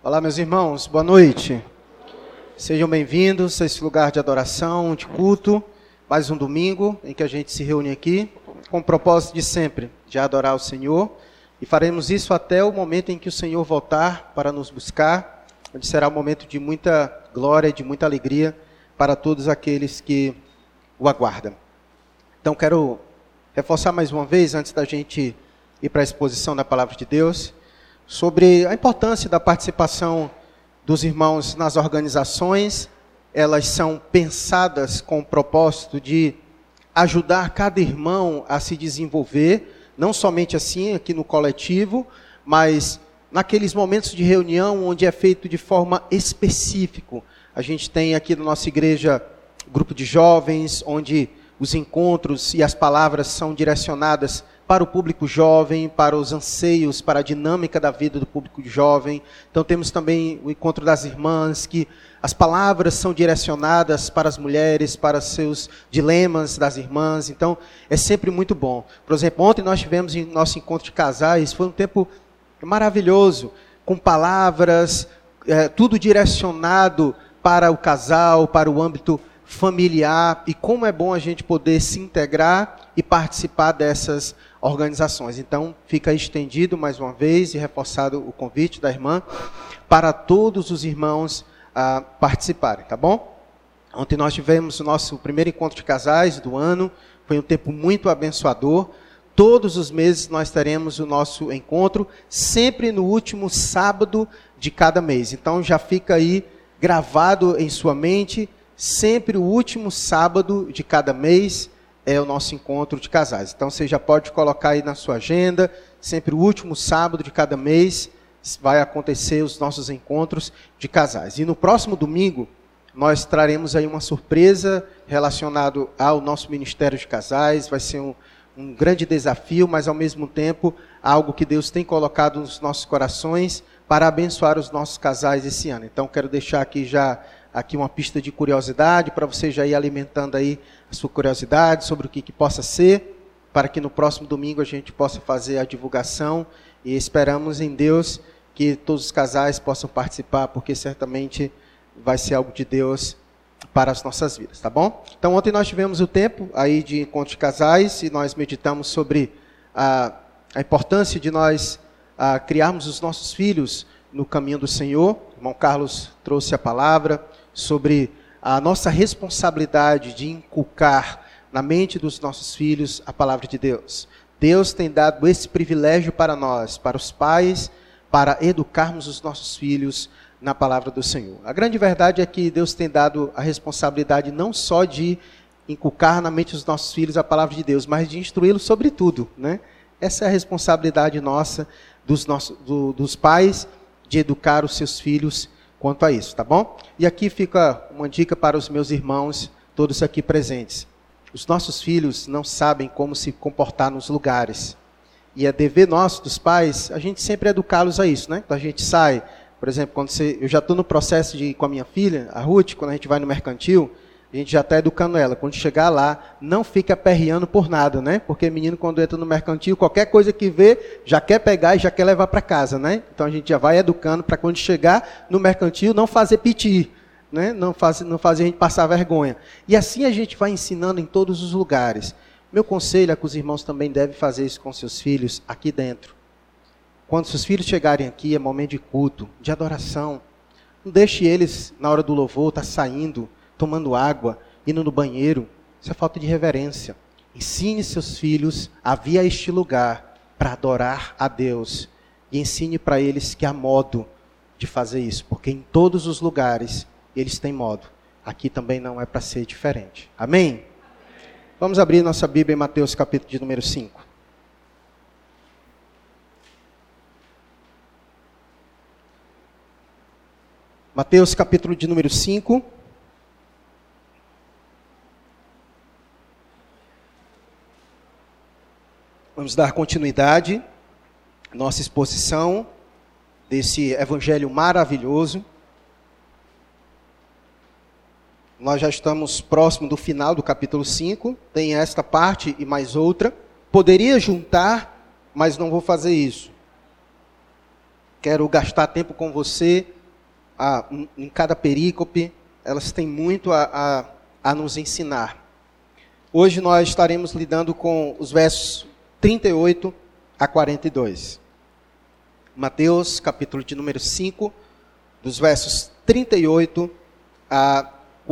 Olá, meus irmãos, boa noite. Sejam bem-vindos a esse lugar de adoração, de culto, mais um domingo em que a gente se reúne aqui com o propósito de sempre, de adorar o Senhor, e faremos isso até o momento em que o Senhor voltar para nos buscar, onde será um momento de muita glória, de muita alegria para todos aqueles que o aguardam. Então quero reforçar mais uma vez, antes da gente ir para a exposição da Palavra de Deus, sobre a importância da participação dos irmãos nas organizações. Elas são pensadas com o propósito de ajudar cada irmão a se desenvolver, não somente assim aqui no coletivo, mas naqueles momentos de reunião onde é feito de forma específica. A gente tem aqui na nossa igreja grupo de jovens, onde os encontros e as palavras são direcionadas para o público jovem, para os anseios, para a dinâmica da vida do público jovem. Então temos também o encontro das irmãs, que as palavras são direcionadas para as mulheres, para os seus dilemas das irmãs. Então é sempre muito bom. Por exemplo, ontem nós tivemos nosso encontro de casais, foi um tempo maravilhoso, com palavras, tudo direcionado para o casal, para o âmbito familiar, e como é bom a gente poder se integrar e participar dessas organizações. Então, fica estendido mais uma vez e reforçado o convite da irmã para todos os irmãos participarem, tá bom? Ontem nós tivemos o nosso primeiro encontro de casais do ano, foi um tempo muito abençoador. Todos os meses nós teremos o nosso encontro, sempre no último sábado de cada mês. Então, já fica aí gravado em sua mente. Sempre o último sábado de cada mês é o nosso encontro de casais. Então você já pode colocar aí na sua agenda, sempre o último sábado de cada mês vai acontecer os nossos encontros de casais. E no próximo domingo nós traremos aí uma surpresa relacionada ao nosso Ministério de Casais. Vai ser um grande desafio, mas ao mesmo tempo algo que Deus tem colocado nos nossos corações para abençoar os nossos casais esse ano. Então quero deixar aqui uma pista de curiosidade, para você já ir alimentando aí a sua curiosidade sobre o que possa ser, para que no próximo domingo a gente possa fazer a divulgação, e esperamos em Deus que todos os casais possam participar, porque certamente vai ser algo de Deus para as nossas vidas, tá bom? Então ontem nós tivemos o tempo aí de encontro de casais, e nós meditamos sobre a importância de nós criarmos os nossos filhos no caminho do Senhor. O irmão Carlos trouxe a palavra sobre a nossa responsabilidade de inculcar na mente dos nossos filhos a palavra de Deus. Deus tem dado esse privilégio para nós, para os pais, para educarmos os nossos filhos na palavra do Senhor. A grande verdade é que Deus tem dado a responsabilidade não só de inculcar na mente dos nossos filhos a palavra de Deus, mas de instruí-los sobre tudo, né? Essa é a responsabilidade nossa, dos pais, de educar os seus filhos quanto a isso, tá bom? E aqui fica uma dica para os meus irmãos, todos aqui presentes. Os nossos filhos não sabem como se comportar nos lugares. E é dever nosso, dos pais, a gente sempre educá-los a isso, né? Então a gente sai, por exemplo, eu já estou no processo de ir com a minha filha, a Ruth, quando a gente vai no mercantil, a gente já está educando ela. Quando chegar lá, não fica aperreando por nada, né? Porque menino, quando entra no mercantil, qualquer coisa que vê, já quer pegar e já quer levar para casa, né? Então a gente já vai educando para quando chegar no mercantil, não fazer piti, né? Não fazer a gente passar vergonha. E assim a gente vai ensinando em todos os lugares. Meu conselho é que os irmãos também devem fazer isso com seus filhos aqui dentro. Quando seus filhos chegarem aqui, é momento de culto, de adoração. Não deixe eles, na hora do louvor, estar saindo, tomando água, indo no banheiro. Isso é falta de reverência. Ensine seus filhos a vir a este lugar para adorar a Deus. E ensine para eles que há modo de fazer isso. Porque em todos os lugares eles têm modo. Aqui também não é para ser diferente. Amém? Vamos abrir nossa Bíblia em Mateus capítulo de número 5. Mateus capítulo de número 5. Vamos dar continuidade à nossa exposição desse evangelho maravilhoso. Nós já estamos próximo do final do capítulo 5, tem esta parte e mais outra. Poderia juntar, mas não vou fazer isso. Quero gastar tempo com você em cada perícope, elas têm muito a nos ensinar. Hoje nós estaremos lidando com os versos 38 a 42. Mateus, capítulo de número 5, dos versos 38 a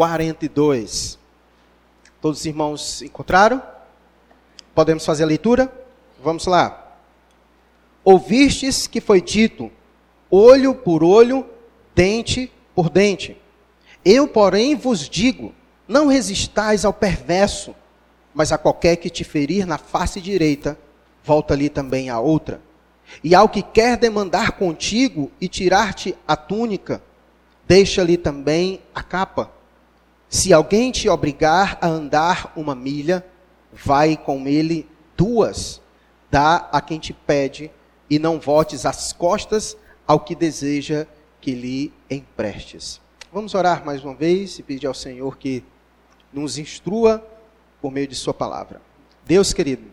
42. Todos os irmãos encontraram? Podemos fazer a leitura? Vamos lá. Ouvistes que foi dito, olho por olho, dente por dente. Eu, porém, vos digo, não resistais ao perverso, mas a qualquer que te ferir na face direita, volta-lhe também a outra. E ao que quer demandar contigo e tirar-te a túnica, deixa-lhe também a capa. Se alguém te obrigar a andar 1 milha, vai com ele 2. Dá a quem te pede, e não voltes as costas ao que deseja que lhe emprestes. Vamos orar mais uma vez e pedir ao Senhor que nos instrua por meio de sua palavra. Deus querido,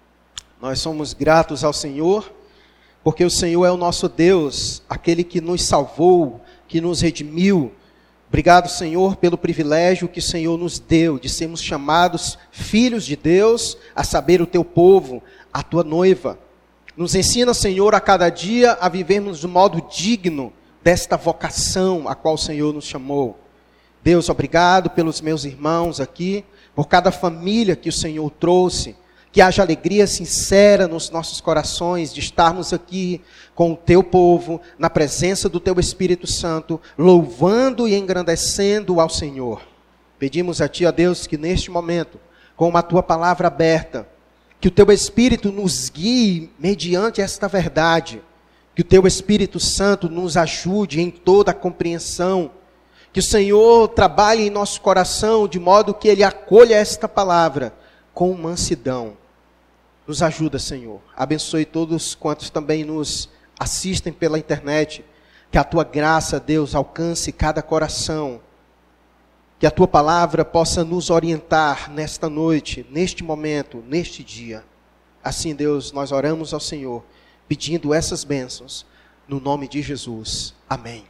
nós somos gratos ao Senhor, porque o Senhor é o nosso Deus, aquele que nos salvou, que nos redimiu. Obrigado, Senhor, pelo privilégio que o Senhor nos deu de sermos chamados filhos de Deus, a saber, o teu povo, a tua noiva. Nos ensina, Senhor, a cada dia a vivermos de modo digno desta vocação a qual o Senhor nos chamou. Deus, obrigado pelos meus irmãos aqui, por cada família que o Senhor trouxe, que haja alegria sincera nos nossos corações de estarmos aqui com o teu povo, na presença do teu Espírito Santo, louvando e engrandecendo ao Senhor. Pedimos a ti, ó Deus, que neste momento, com a tua palavra aberta, que o teu Espírito nos guie mediante esta verdade, que o teu Espírito Santo nos ajude em toda a compreensão, que o Senhor trabalhe em nosso coração de modo que ele acolha esta palavra com mansidão. Nos ajuda, Senhor. Abençoe todos quantos também nos assistem pela internet. Que a tua graça, Deus, alcance cada coração. Que a tua palavra possa nos orientar nesta noite, neste momento, neste dia. Assim, Deus, nós oramos ao Senhor, pedindo essas bênçãos, no nome de Jesus. Amém.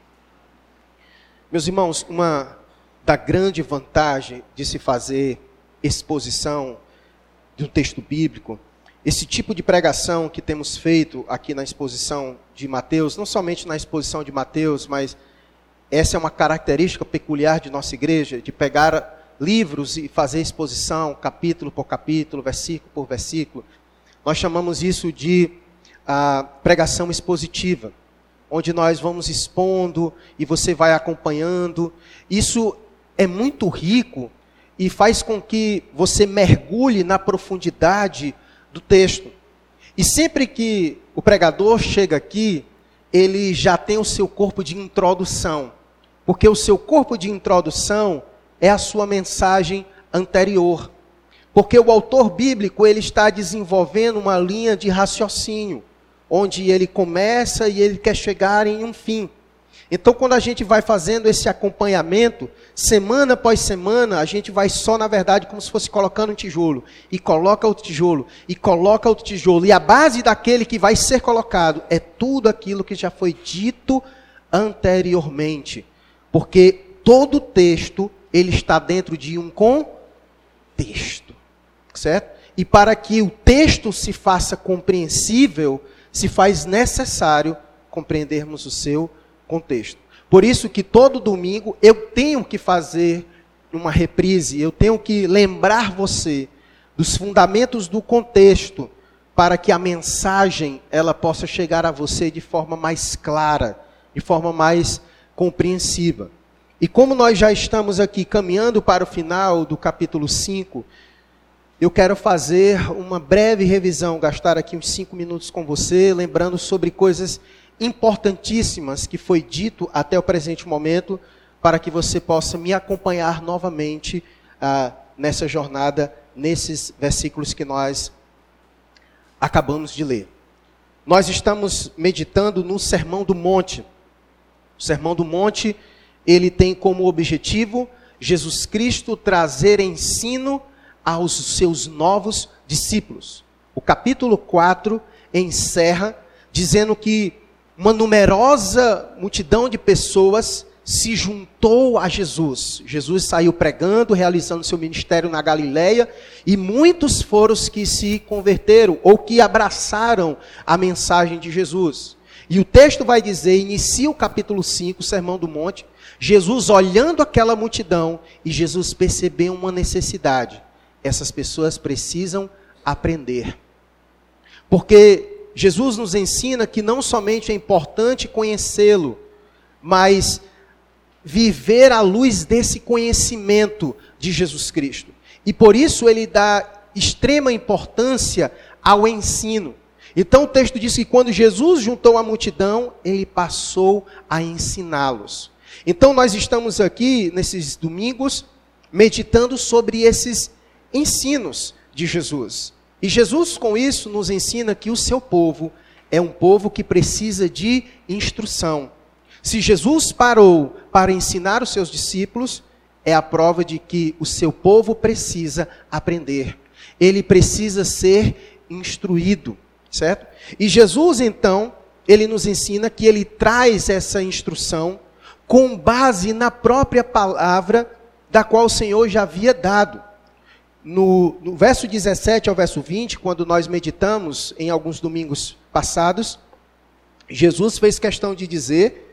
Meus irmãos, uma da grande vantagem de se fazer exposição de um texto bíblico, esse tipo de pregação que temos feito aqui na exposição de Mateus, não somente na exposição de Mateus, mas essa é uma característica peculiar de nossa igreja, de pegar livros e fazer exposição, capítulo por capítulo, versículo por versículo. Nós chamamos isso de pregação expositiva, onde nós vamos expondo e você vai acompanhando. Isso é muito rico e faz com que você mergulhe na profundidade do texto. E sempre que o pregador chega aqui, ele já tem o seu corpo de introdução, porque o seu corpo de introdução é a sua mensagem anterior. Porque o autor bíblico, ele está desenvolvendo uma linha de raciocínio, onde ele começa e ele quer chegar em um fim. Então, quando a gente vai fazendo esse acompanhamento, semana após semana, a gente vai só, na verdade, como se fosse colocando um tijolo. E coloca outro tijolo, e coloca outro tijolo. E a base daquele que vai ser colocado é tudo aquilo que já foi dito anteriormente. Porque todo texto, ele está dentro de um contexto. Certo? E para que o texto se faça compreensível, se faz necessário compreendermos o seu contexto. Por isso que todo domingo eu tenho que fazer uma reprise, eu tenho que lembrar você dos fundamentos do contexto, para que a mensagem ela possa chegar a você de forma mais clara, de forma mais compreensiva. E como nós já estamos aqui caminhando para o final do capítulo 5, eu quero fazer uma breve revisão, gastar aqui uns 5 minutos com você, lembrando sobre coisas importantíssimas que foi dito até o presente momento, para que você possa me acompanhar novamente nessa jornada, nesses versículos que nós acabamos de ler. Nós estamos meditando no Sermão do Monte. O Sermão do Monte, ele tem como objetivo Jesus Cristo trazer ensino aos seus novos discípulos. O capítulo 4 encerra dizendo que uma numerosa multidão de pessoas se juntou a Jesus. Jesus saiu pregando, realizando seu ministério na Galileia, e muitos foram os que se converteram, ou que abraçaram a mensagem de Jesus. E o texto vai dizer, inicia o capítulo 5, o Sermão do Monte, Jesus olhando aquela multidão, e Jesus percebeu uma necessidade. Essas pessoas precisam aprender. Porque Jesus nos ensina que não somente é importante conhecê-lo, mas viver à luz desse conhecimento de Jesus Cristo. E por isso ele dá extrema importância ao ensino. Então o texto diz que quando Jesus juntou a multidão, ele passou a ensiná-los. Então nós estamos aqui, nesses domingos, meditando sobre esses ensinos de Jesus. E Jesus, com isso, nos ensina que o seu povo é um povo que precisa de instrução. Se Jesus parou para ensinar os seus discípulos, é a prova de que o seu povo precisa aprender. Ele precisa ser instruído, certo? E Jesus, então, ele nos ensina que ele traz essa instrução com base na própria palavra da qual o Senhor já havia dado. No verso 17 ao verso 20, quando nós meditamos em alguns domingos passados, Jesus fez questão de dizer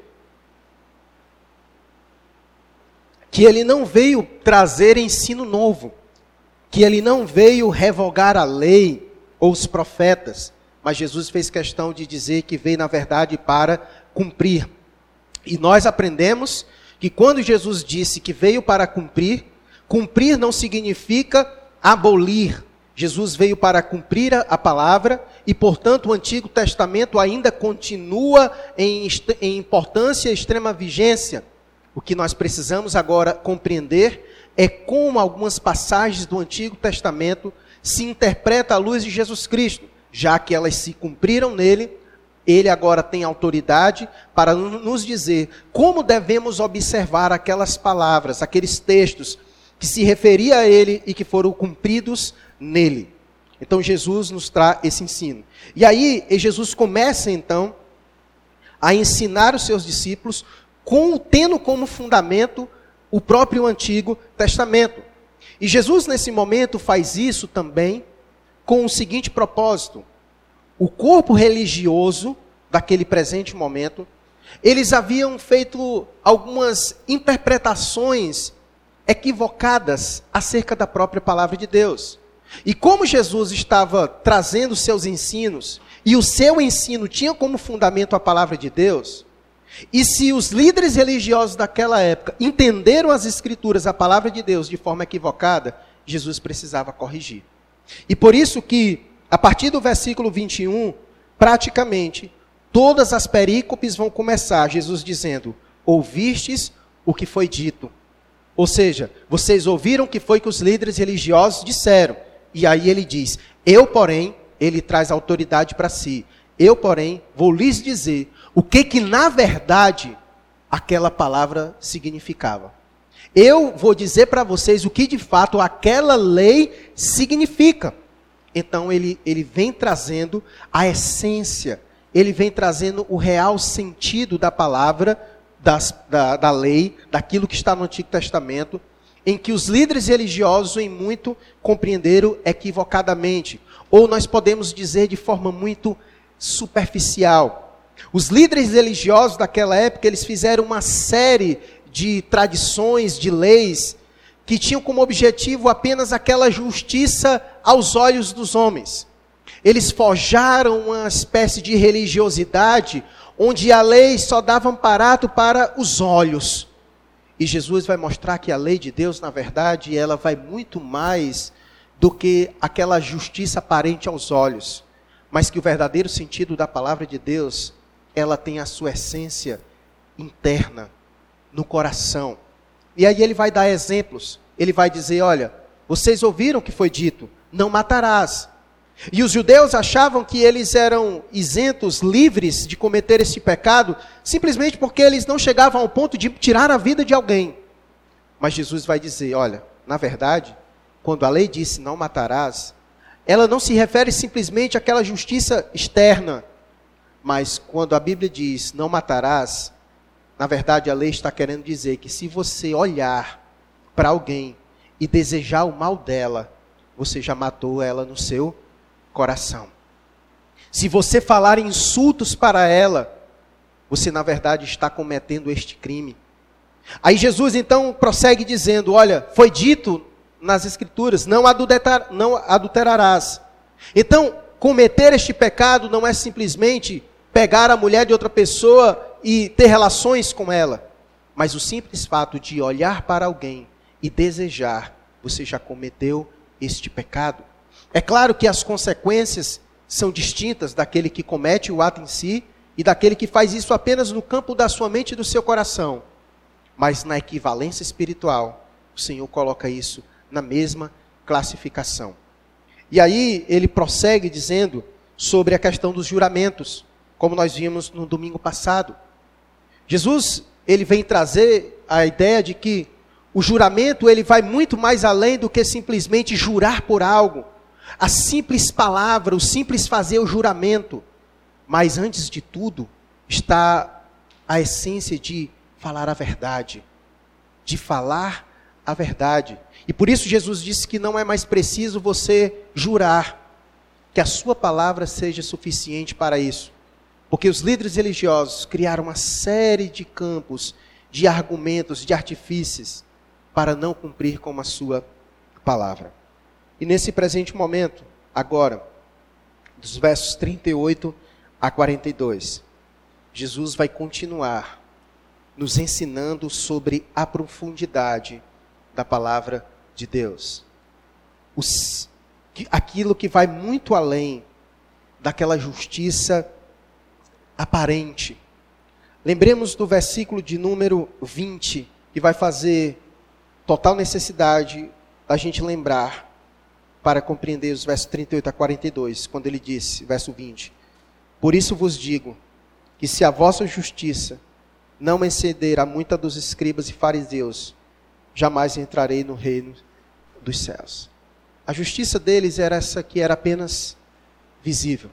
que ele não veio trazer ensino novo, que ele não veio revogar a lei ou os profetas, mas Jesus fez questão de dizer que veio, na verdade, para cumprir. E nós aprendemos que quando Jesus disse que veio para cumprir, cumprir não significa abolir. Jesus veio para cumprir a palavra e, portanto, o Antigo Testamento ainda continua em importância e extrema vigência. O que nós precisamos agora compreender é como algumas passagens do Antigo Testamento se interpretam à luz de Jesus Cristo. Já que elas se cumpriram nele, ele agora tem autoridade para nos dizer como devemos observar aquelas palavras, aqueles textos que se referia a ele e que foram cumpridos nele. Então Jesus nos traz esse ensino. E aí Jesus começa então a ensinar os seus discípulos tendo como fundamento o próprio Antigo Testamento. E Jesus nesse momento faz isso também com o seguinte propósito: o corpo religioso daquele presente momento, eles haviam feito algumas interpretações equivocadas acerca da própria palavra de Deus. E como Jesus estava trazendo seus ensinos, e o seu ensino tinha como fundamento a palavra de Deus, e se os líderes religiosos daquela época entenderam as Escrituras, a palavra de Deus, de forma equivocada, Jesus precisava corrigir. E por isso que, a partir do versículo 21, praticamente, todas as perícopes vão começar, Jesus dizendo: ouvistes o que foi dito. Ou seja, vocês ouviram o que foi que os líderes religiosos disseram. E aí ele diz: eu, porém, ele traz autoridade para si. Eu, porém, vou lhes dizer o que na verdade aquela palavra significava. Eu vou dizer para vocês o que de fato aquela lei significa. Então ele vem trazendo a essência, ele vem trazendo o real sentido da palavra, da lei, daquilo que está no Antigo Testamento, em que os líderes religiosos em muito compreenderam equivocadamente, ou nós podemos dizer de forma muito superficial. Os líderes religiosos daquela época, eles fizeram uma série de tradições, de leis, que tinham como objetivo apenas aquela justiça aos olhos dos homens. Eles forjaram uma espécie de religiosidade, onde a lei só dava amparo para os olhos. E Jesus vai mostrar que a lei de Deus, na verdade, ela vai muito mais do que aquela justiça aparente aos olhos, mas que o verdadeiro sentido da palavra de Deus, ela tem a sua essência interna, no coração. E aí ele vai dar exemplos. Ele vai dizer: olha, vocês ouviram o que foi dito, não matarás. E os judeus achavam que eles eram isentos, livres de cometer esse pecado, simplesmente porque eles não chegavam ao ponto de tirar a vida de alguém. Mas Jesus vai dizer: olha, na verdade, quando a lei disse não matarás, ela não se refere simplesmente àquela justiça externa, mas quando a Bíblia diz não matarás, Na verdade, a lei está querendo dizer que se você olhar para alguém e desejar o mal dela, você já matou ela no seu coração. Se você falar insultos para ela, você na verdade está cometendo este crime. Aí Jesus então prossegue dizendo, olha, foi dito nas Escrituras, não adulterarás. Então, cometer este pecado não é simplesmente pegar a mulher de outra pessoa e ter relações com ela, mas o simples fato de olhar para alguém e desejar, você já cometeu este pecado. É claro que as consequências são distintas daquele que comete o ato em si e daquele que faz isso apenas no campo da sua mente e do seu coração. Mas na equivalência espiritual, o Senhor coloca isso na mesma classificação. E aí ele prossegue dizendo sobre a questão dos juramentos, como nós vimos no domingo passado. Jesus, ele vem trazer a ideia de que o juramento, ele vai muito mais além do que simplesmente jurar por algo. A simples palavra, o simples fazer o juramento. Mas antes de tudo, está a essência de falar a verdade. De falar a verdade. E por isso Jesus disse que não é mais preciso você jurar, que a sua palavra seja suficiente para isso. Porque os líderes religiosos criaram uma série de campos, de argumentos, de artifícios, para não cumprir com a sua palavra. E nesse presente momento, agora, dos versos 38 a 42, Jesus vai continuar nos ensinando sobre a profundidade da palavra de Deus. Aquilo que vai muito além daquela justiça aparente. Lembremos do versículo de número 20, que vai fazer total necessidade da gente lembrar para compreender os versos 38 a 42, quando ele disse, verso 20, por isso vos digo, que se a vossa justiça não exceder a muita dos escribas e fariseus, jamais entrarei no reino dos céus. A justiça deles era essa que era apenas visível.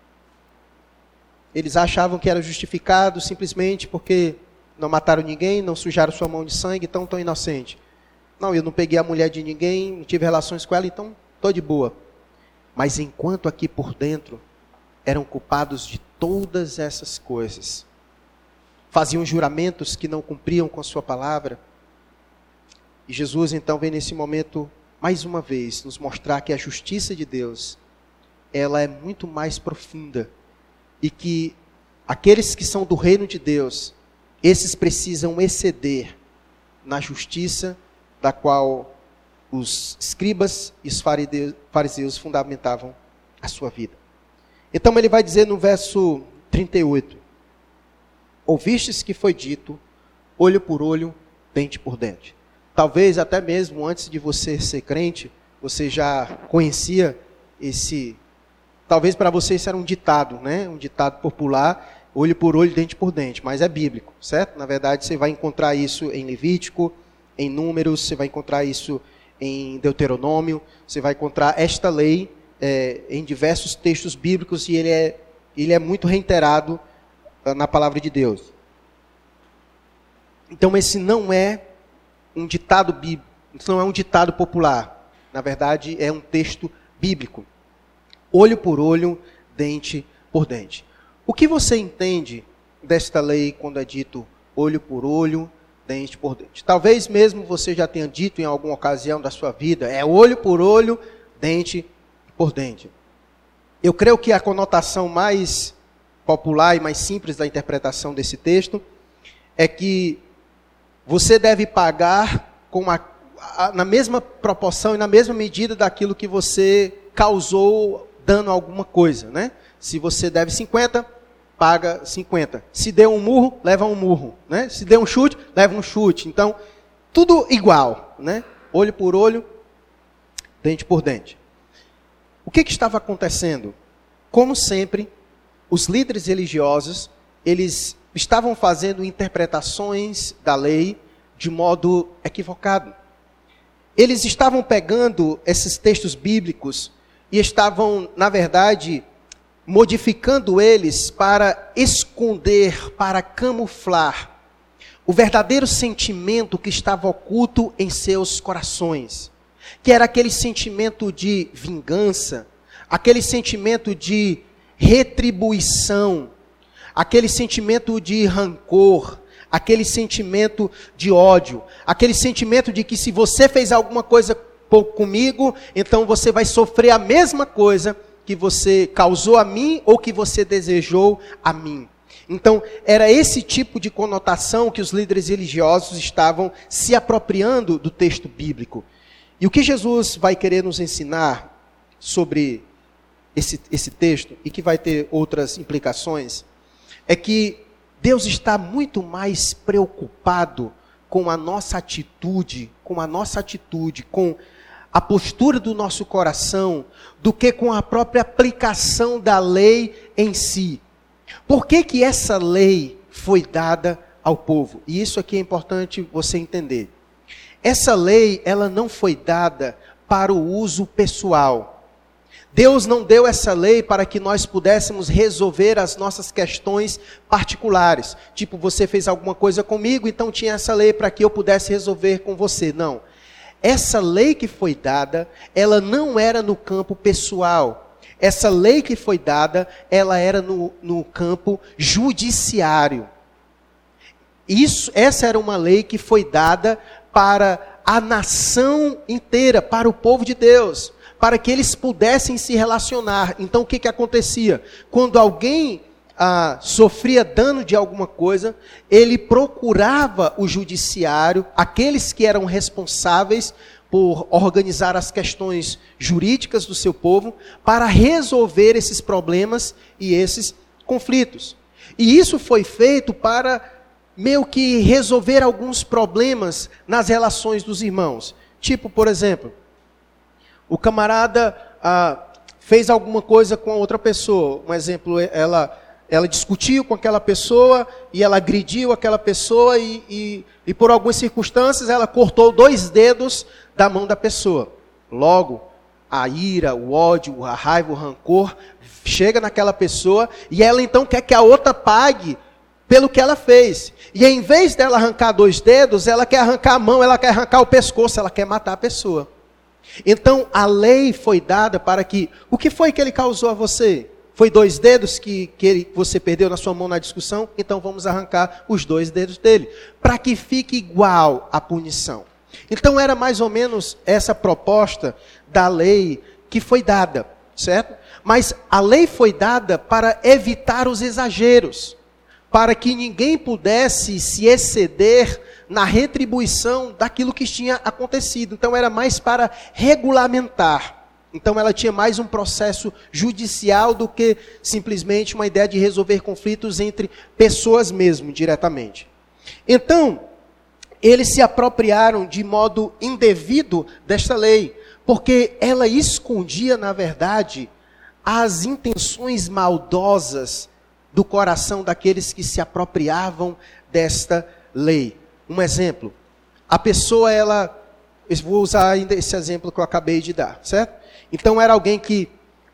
Eles achavam que era justificado simplesmente porque não mataram ninguém, não sujaram sua mão de sangue, então estão inocentes. Não, eu não peguei a mulher de ninguém, não tive relações com ela, então estou de boa. Mas enquanto aqui por dentro eram culpados de todas essas coisas, faziam juramentos que não cumpriam com a sua palavra. E Jesus então vem nesse momento, mais uma vez, nos mostrar que a justiça de Deus, ela é muito mais profunda. E que aqueles que são do reino de Deus, esses precisam exceder na justiça da qual os escribas e os fariseus fundamentavam a sua vida. Então ele vai dizer no verso 38, ouvistes que foi dito, olho por olho, dente por dente. Talvez até mesmo antes de você ser crente, você já conhecia talvez para você isso era um ditado, né? Um ditado popular, olho por olho, dente por dente, mas é bíblico, certo? Na verdade, você vai encontrar isso em Levítico, em Números, você vai encontrar isso em Deuteronômio, você vai encontrar esta lei em diversos textos bíblicos e ele é muito reiterado na palavra de Deus. Então esse não é um ditado bíblico, isso não é um ditado popular, na verdade é um texto bíblico. Olho por olho, dente por dente. O que você entende desta lei quando é dito olho por olho, dente por dente? Talvez mesmo você já tenha dito em alguma ocasião da sua vida, é olho por olho, dente por dente. Eu creio que a conotação mais popular e mais simples da interpretação desse texto é que você deve pagar na mesma proporção e na mesma medida daquilo que você causou dano a alguma coisa, né? Se você deve 50, paga 50. Se deu um murro, leva um murro, né? Se deu um chute, leva um chute. Então, tudo igual, né? Olho por olho, dente por dente. O que estava acontecendo? Como sempre, os líderes religiosos, eles estavam fazendo interpretações da lei de modo equivocado. Eles estavam pegando esses textos bíblicos e estavam, na verdade, modificando eles para esconder, para camuflar o verdadeiro sentimento que estava oculto em seus corações, que era aquele sentimento de vingança, aquele sentimento de retribuição, aquele sentimento de rancor, aquele sentimento de ódio, aquele sentimento de que se você fez alguma coisa comigo, então você vai sofrer a mesma coisa que você causou a mim ou que você desejou a mim. Então, era esse tipo de conotação que os líderes religiosos estavam se apropriando do texto bíblico. E o que Jesus vai querer nos ensinar sobre esse texto, e que vai ter outras implicações, é que Deus está muito mais preocupado com a nossa atitude, com a postura do nosso coração, do que com a própria aplicação da lei em si. Por que que essa lei foi dada ao povo? E isso aqui é importante você entender. Essa lei, ela não foi dada para o uso pessoal. Deus não deu essa lei para que nós pudéssemos resolver as nossas questões particulares. Tipo, você fez alguma coisa comigo, então tinha essa lei para que eu pudesse resolver com você. Não. Essa lei que foi dada, ela não era no campo pessoal. Essa lei que foi dada, ela era no campo judiciário. Essa era uma lei que foi dada para a nação inteira, para o povo de Deus, para que eles pudessem se relacionar. Então o que acontecia? Quando alguém sofria dano de alguma coisa, ele procurava o judiciário, aqueles que eram responsáveis por organizar as questões jurídicas do seu povo, para resolver esses problemas e esses conflitos. E isso foi feito para meio que resolver alguns problemas nas relações dos irmãos. Tipo, por exemplo, o camarada fez alguma coisa com a outra pessoa. Um exemplo, ela discutiu com aquela pessoa e ela agrediu aquela pessoa e por algumas circunstâncias ela cortou 2 dedos da mão da pessoa. Logo, a ira, o ódio, a raiva, o rancor chega naquela pessoa e ela então quer que a outra pague pelo que ela fez. E em vez dela arrancar 2 dedos, ela quer arrancar a mão, ela quer arrancar o pescoço, ela quer matar a pessoa. Então a lei foi dada para que... O que foi que ele causou a você? Foi 2 dedos que você perdeu na sua mão na discussão? Então vamos arrancar os 2 dedos dele, para que fique igual a punição. Então era mais ou menos essa proposta da lei que foi dada, certo? Mas a lei foi dada para evitar os exageros, para que ninguém pudesse se exceder na retribuição daquilo que tinha acontecido. Então era mais para regulamentar. Então ela tinha mais um processo judicial do que simplesmente uma ideia de resolver conflitos entre pessoas mesmo, diretamente. Então, eles se apropriaram de modo indevido desta lei, porque ela escondia, na verdade, as intenções maldosas do coração daqueles que se apropriavam desta lei. Um exemplo, a pessoa, eu vou usar ainda esse exemplo que eu acabei de dar, certo? Então era alguém que,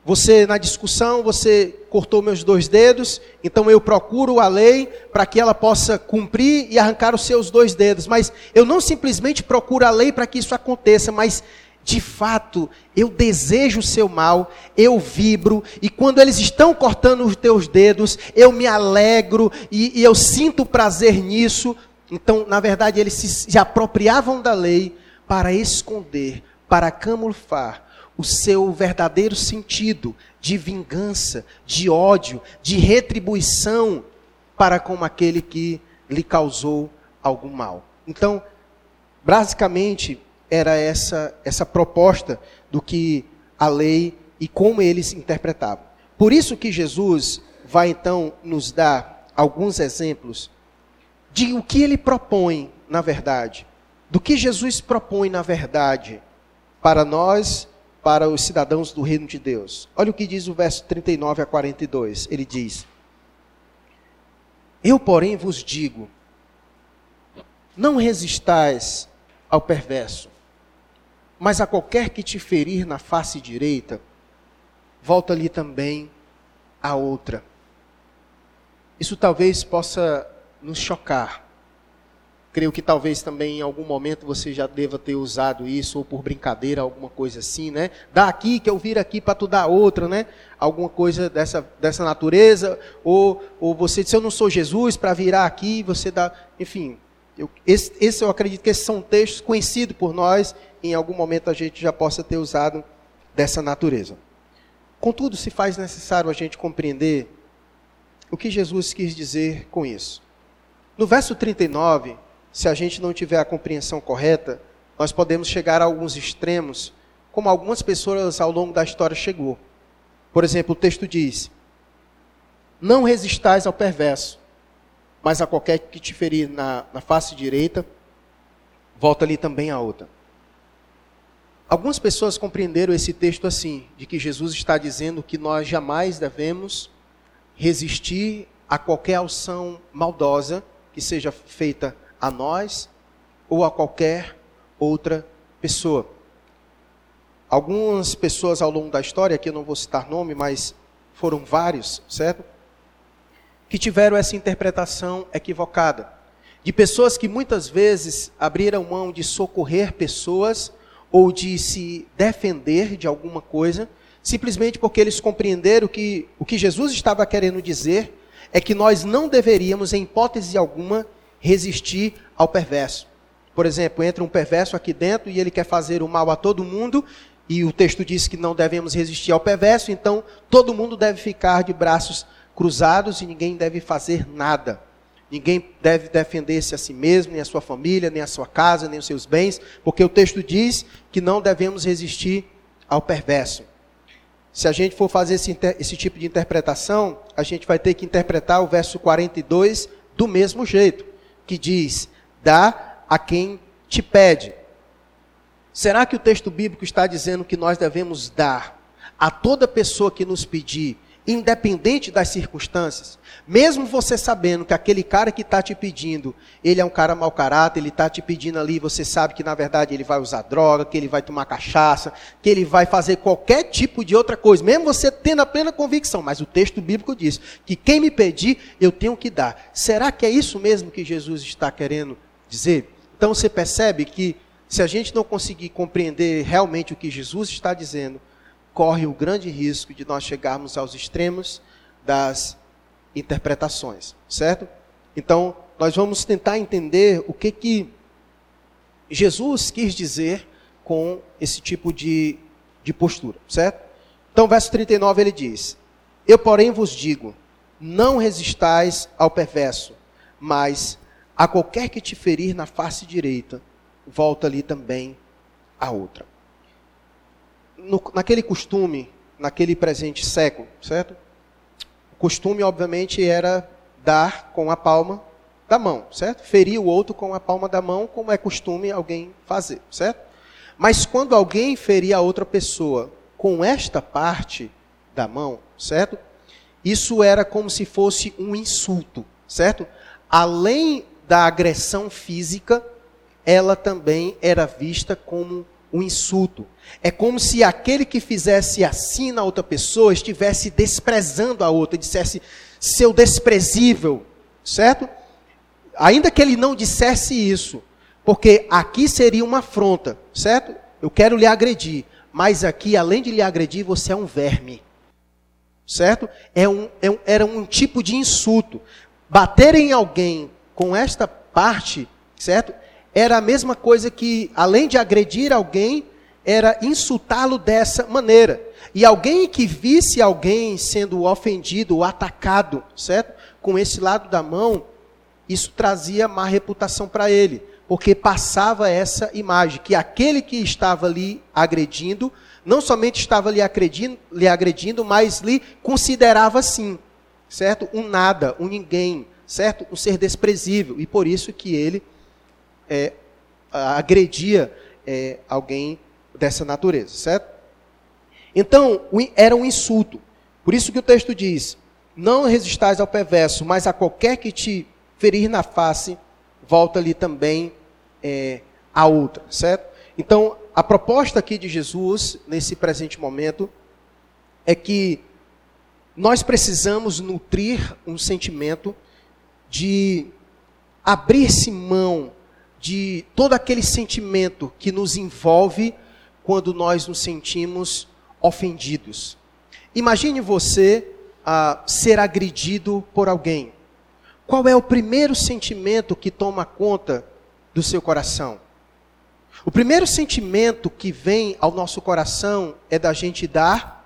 na discussão, você cortou meus 2 dedos, então eu procuro a lei para que ela possa cumprir e arrancar os seus 2 dedos. Mas eu não simplesmente procuro a lei para que isso aconteça, mas de fato eu desejo o seu mal, eu vibro, e quando eles estão cortando os teus dedos, eu me alegro e eu sinto prazer nisso. Então, na verdade, eles se apropriavam da lei para esconder, para camuflar o seu verdadeiro sentido de vingança, de ódio, de retribuição para com aquele que lhe causou algum mal. Então, basicamente, era essa proposta do que a lei e como eles interpretavam. Por isso que Jesus vai então nos dar alguns exemplos de o que ele propõe, na verdade, do que Jesus propõe, na verdade, para nós, para os cidadãos do reino de Deus. Olha o que diz o verso 39 a 42. Ele diz: Eu, porém, vos digo, não resistais ao perverso, mas a qualquer que te ferir na face direita, volta-lhe também a outra. Isso talvez possa nos chocar, Creio que talvez também em algum momento você já deva ter usado isso, ou por brincadeira, alguma coisa assim, né? Dá aqui que eu viro aqui para tu dar outra, né? Alguma coisa dessa natureza. Ou você disse, eu não sou Jesus, para virar aqui, você dá... Enfim, eu acredito que esses são textos conhecidos por nós, em algum momento a gente já possa ter usado dessa natureza. Contudo, se faz necessário a gente compreender o que Jesus quis dizer com isso. No verso 39... se a gente não tiver a compreensão correta, nós podemos chegar a alguns extremos, como algumas pessoas ao longo da história chegou. Por exemplo, o texto diz, não resistais ao perverso, mas a qualquer que te ferir na face direita, volta ali também a outra. Algumas pessoas compreenderam esse texto assim, de que Jesus está dizendo que nós jamais devemos resistir a qualquer ação maldosa que seja feita a nós ou a qualquer outra pessoa. Algumas pessoas ao longo da história, aqui eu não vou citar nome, mas foram vários, certo? Que tiveram essa interpretação equivocada. De pessoas que muitas vezes abriram mão de socorrer pessoas ou de se defender de alguma coisa, simplesmente porque eles compreenderam que o que Jesus estava querendo dizer é que nós não deveríamos, em hipótese alguma, resistir ao perverso. Por exemplo, entra um perverso aqui dentro e ele quer fazer o mal a todo mundo, e o texto diz que não devemos resistir ao perverso, então todo mundo deve ficar de braços cruzados e ninguém deve fazer nada. Ninguém deve defender-se a si mesmo, nem a sua família, nem a sua casa, nem os seus bens, porque o texto diz que não devemos resistir ao perverso. Se a gente for fazer esse tipo de interpretação, a gente vai ter que interpretar o verso 42 do mesmo jeito, que diz, dá a quem te pede. Será que o texto bíblico está dizendo que nós devemos dar a toda pessoa que nos pedir, independente das circunstâncias? Mesmo você sabendo que aquele cara que está te pedindo, ele é um cara mau caráter, ele está te pedindo ali, você sabe que na verdade ele vai usar droga, que ele vai tomar cachaça, que ele vai fazer qualquer tipo de outra coisa, mesmo você tendo a plena convicção, mas o texto bíblico diz que quem me pedir, eu tenho que dar. Será que é isso mesmo que Jesus está querendo dizer? Então você percebe que se a gente não conseguir compreender realmente o que Jesus está dizendo, corre o grande risco de nós chegarmos aos extremos das interpretações, certo? Então, nós vamos tentar entender o que Jesus quis dizer com esse tipo de postura, certo? Então, verso 39 ele diz, eu porém vos digo, não resistais ao perverso, mas a qualquer que te ferir na face direita, volta ali também a outra. Naquele costume, naquele presente século, certo? O costume, obviamente, era dar com a palma da mão, certo? Ferir o outro com a palma da mão, como é costume alguém fazer, certo? Mas quando alguém feria a outra pessoa com esta parte da mão, certo? Isso era como se fosse um insulto, certo? Além da agressão física, ela também era vista como um insulto. É como se aquele que fizesse assim na outra pessoa estivesse desprezando a outra, dissesse, seu desprezível, certo? Ainda que ele não dissesse isso, porque aqui seria uma afronta, certo? Eu quero lhe agredir, mas aqui, além de lhe agredir, você é um verme, certo? Era um tipo de insulto. Bater em alguém com esta parte, certo? Era a mesma coisa que, além de agredir alguém, era insultá-lo dessa maneira. E alguém que visse alguém sendo ofendido ou atacado, certo? Com esse lado da mão, isso trazia má reputação para ele. Porque passava essa imagem, que aquele que estava ali agredindo, não somente estava lhe agredindo, mas lhe considerava assim, certo? Um nada, um ninguém, certo? Um ser desprezível. E por isso que ele agredia alguém dessa natureza, certo? Então, era um insulto. Por isso que o texto diz, não resistais ao perverso, mas a qualquer que te ferir na face, volta ali também a outra, certo? Então, a proposta aqui de Jesus, nesse presente momento, é que nós precisamos nutrir um sentimento de abrir-se mão de todo aquele sentimento que nos envolve quando nós nos sentimos ofendidos. Imagine você ser agredido por alguém. Qual é o primeiro sentimento que toma conta do seu coração? O primeiro sentimento que vem ao nosso coração é da gente dar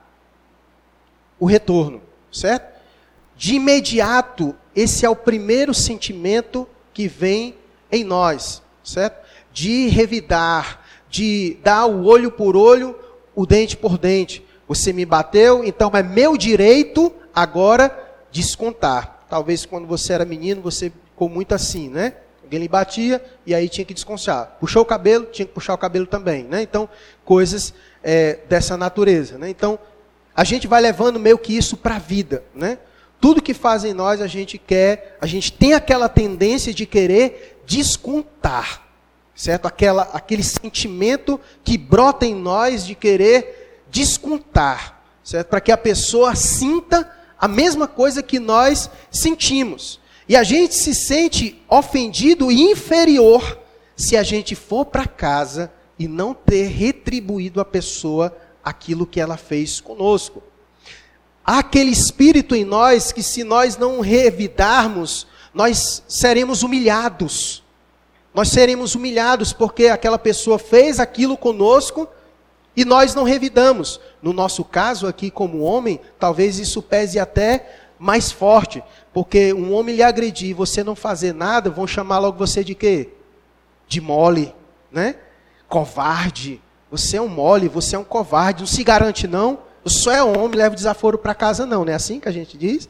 o retorno, certo? De imediato, esse é o primeiro sentimento que vem em nós, certo? De revidar, de dar o olho por olho, o dente por dente. Você me bateu, então é meu direito agora descontar. Talvez quando você era menino, você ficou muito assim, né? Alguém lhe batia e aí tinha que descontar. Puxou o cabelo, tinha que puxar o cabelo também, né? Então, coisas dessa natureza, né? Então, a gente vai levando meio que isso para a vida, né? Tudo que fazem nós, a gente tem aquela tendência de querer descontar, certo? Aquele sentimento que brota em nós de querer descontar, certo? Para que a pessoa sinta a mesma coisa que nós sentimos. E a gente se sente ofendido e inferior se a gente for para casa e não ter retribuído à pessoa aquilo que ela fez conosco. Há aquele espírito em nós que, se nós não revidarmos, nós seremos humilhados. Nós seremos humilhados porque aquela pessoa fez aquilo conosco e nós não revidamos. No nosso caso aqui, como homem, talvez isso pese até mais forte. Porque um homem lhe agredir e você não fazer nada, vão chamar logo você de quê? De mole, né? Covarde. Você é um mole, você é um covarde. Não se garante não. Só é homem, leva o desaforo para casa não. Não é assim que a gente diz?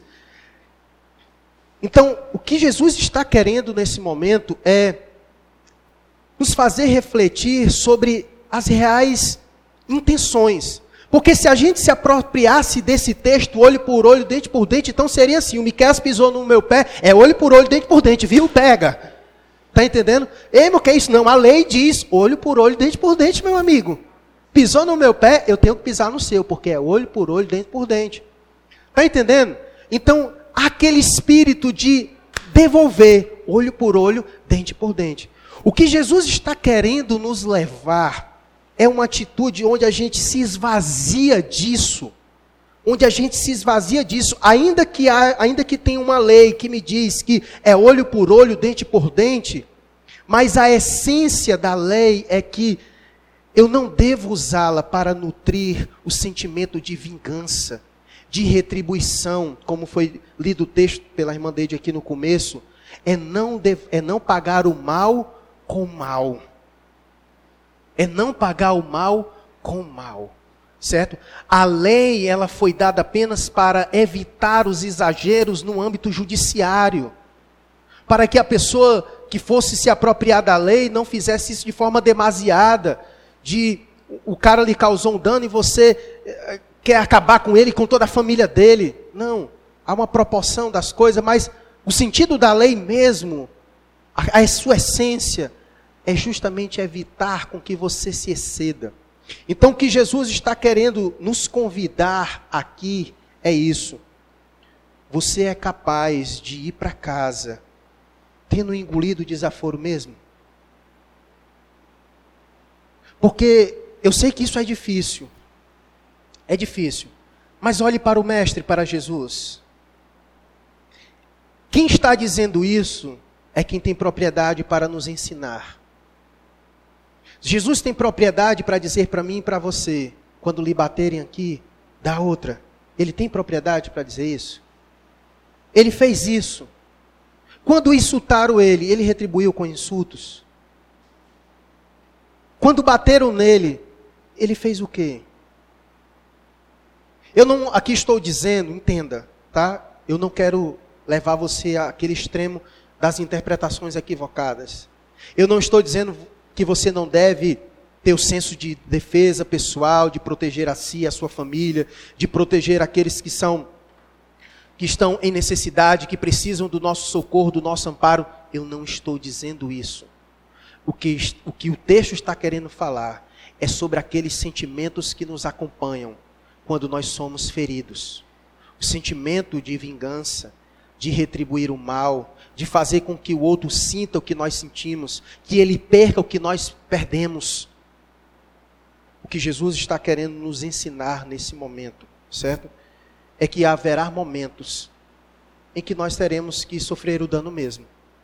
Então, o que Jesus está querendo nesse momento é nos fazer refletir sobre as reais intenções. Porque se a gente se apropriasse desse texto, olho por olho, dente por dente, então seria assim: o Miqueias pisou no meu pé, é olho por olho, dente por dente, viu? Pega. Está entendendo? Ei, meu, que é isso? Não, a lei diz olho por olho, dente por dente, meu amigo. Pisou no meu pé, eu tenho que pisar no seu, porque é olho por olho, dente por dente. Está entendendo? Então, aquele espírito de devolver, olho por olho, dente por dente. O que Jesus está querendo nos levar é uma atitude onde a gente se esvazia disso. Onde a gente se esvazia disso, ainda que tenha uma lei que me diz que é olho por olho, dente por dente, mas a essência da lei é que eu não devo usá-la para nutrir o sentimento de vingança, de retribuição, como foi lido o texto pela irmã Deide aqui no começo, é não pagar o mal com o mal. É não pagar o mal com o mal, certo? A lei, ela foi dada apenas para evitar os exageros no âmbito judiciário, para que a pessoa que fosse se apropriar da lei não fizesse isso de forma demasiada, o cara lhe causou um dano e você quer acabar com ele, com toda a família dele. Não, há uma proporção das coisas, mas o sentido da lei mesmo, a sua essência, é justamente evitar com que você se exceda. Então, o que Jesus está querendo nos convidar aqui é isso. Você é capaz de ir para casa tendo engolido o desaforo mesmo? Porque eu sei que isso é difícil. É difícil. Mas olhe para o Mestre, para Jesus. Quem está dizendo isso é quem tem propriedade para nos ensinar. Jesus tem propriedade para dizer para mim e para você: quando lhe baterem aqui, dá outra. Ele tem propriedade para dizer isso? Ele fez isso. Quando insultaram ele retribuiu com insultos. Quando bateram nele, ele fez o quê? Eu não aqui estou dizendo, entenda, tá? Eu não quero levar você àquele extremo das interpretações equivocadas. Eu não estou dizendo que você não deve ter o senso de defesa pessoal, de proteger a si, a sua família, de proteger aqueles que estão em necessidade, que precisam do nosso socorro, do nosso amparo. Eu não estou dizendo isso. O que o texto está querendo falar é sobre aqueles sentimentos que nos acompanham quando nós somos feridos. O sentimento de vingança, de retribuir o mal, de fazer com que o outro sinta o que nós sentimos, que ele perca o que nós perdemos. O que Jesus está querendo nos ensinar nesse momento, certo? É que haverá momentos em que nós teremos que sofrer o dano mesmo.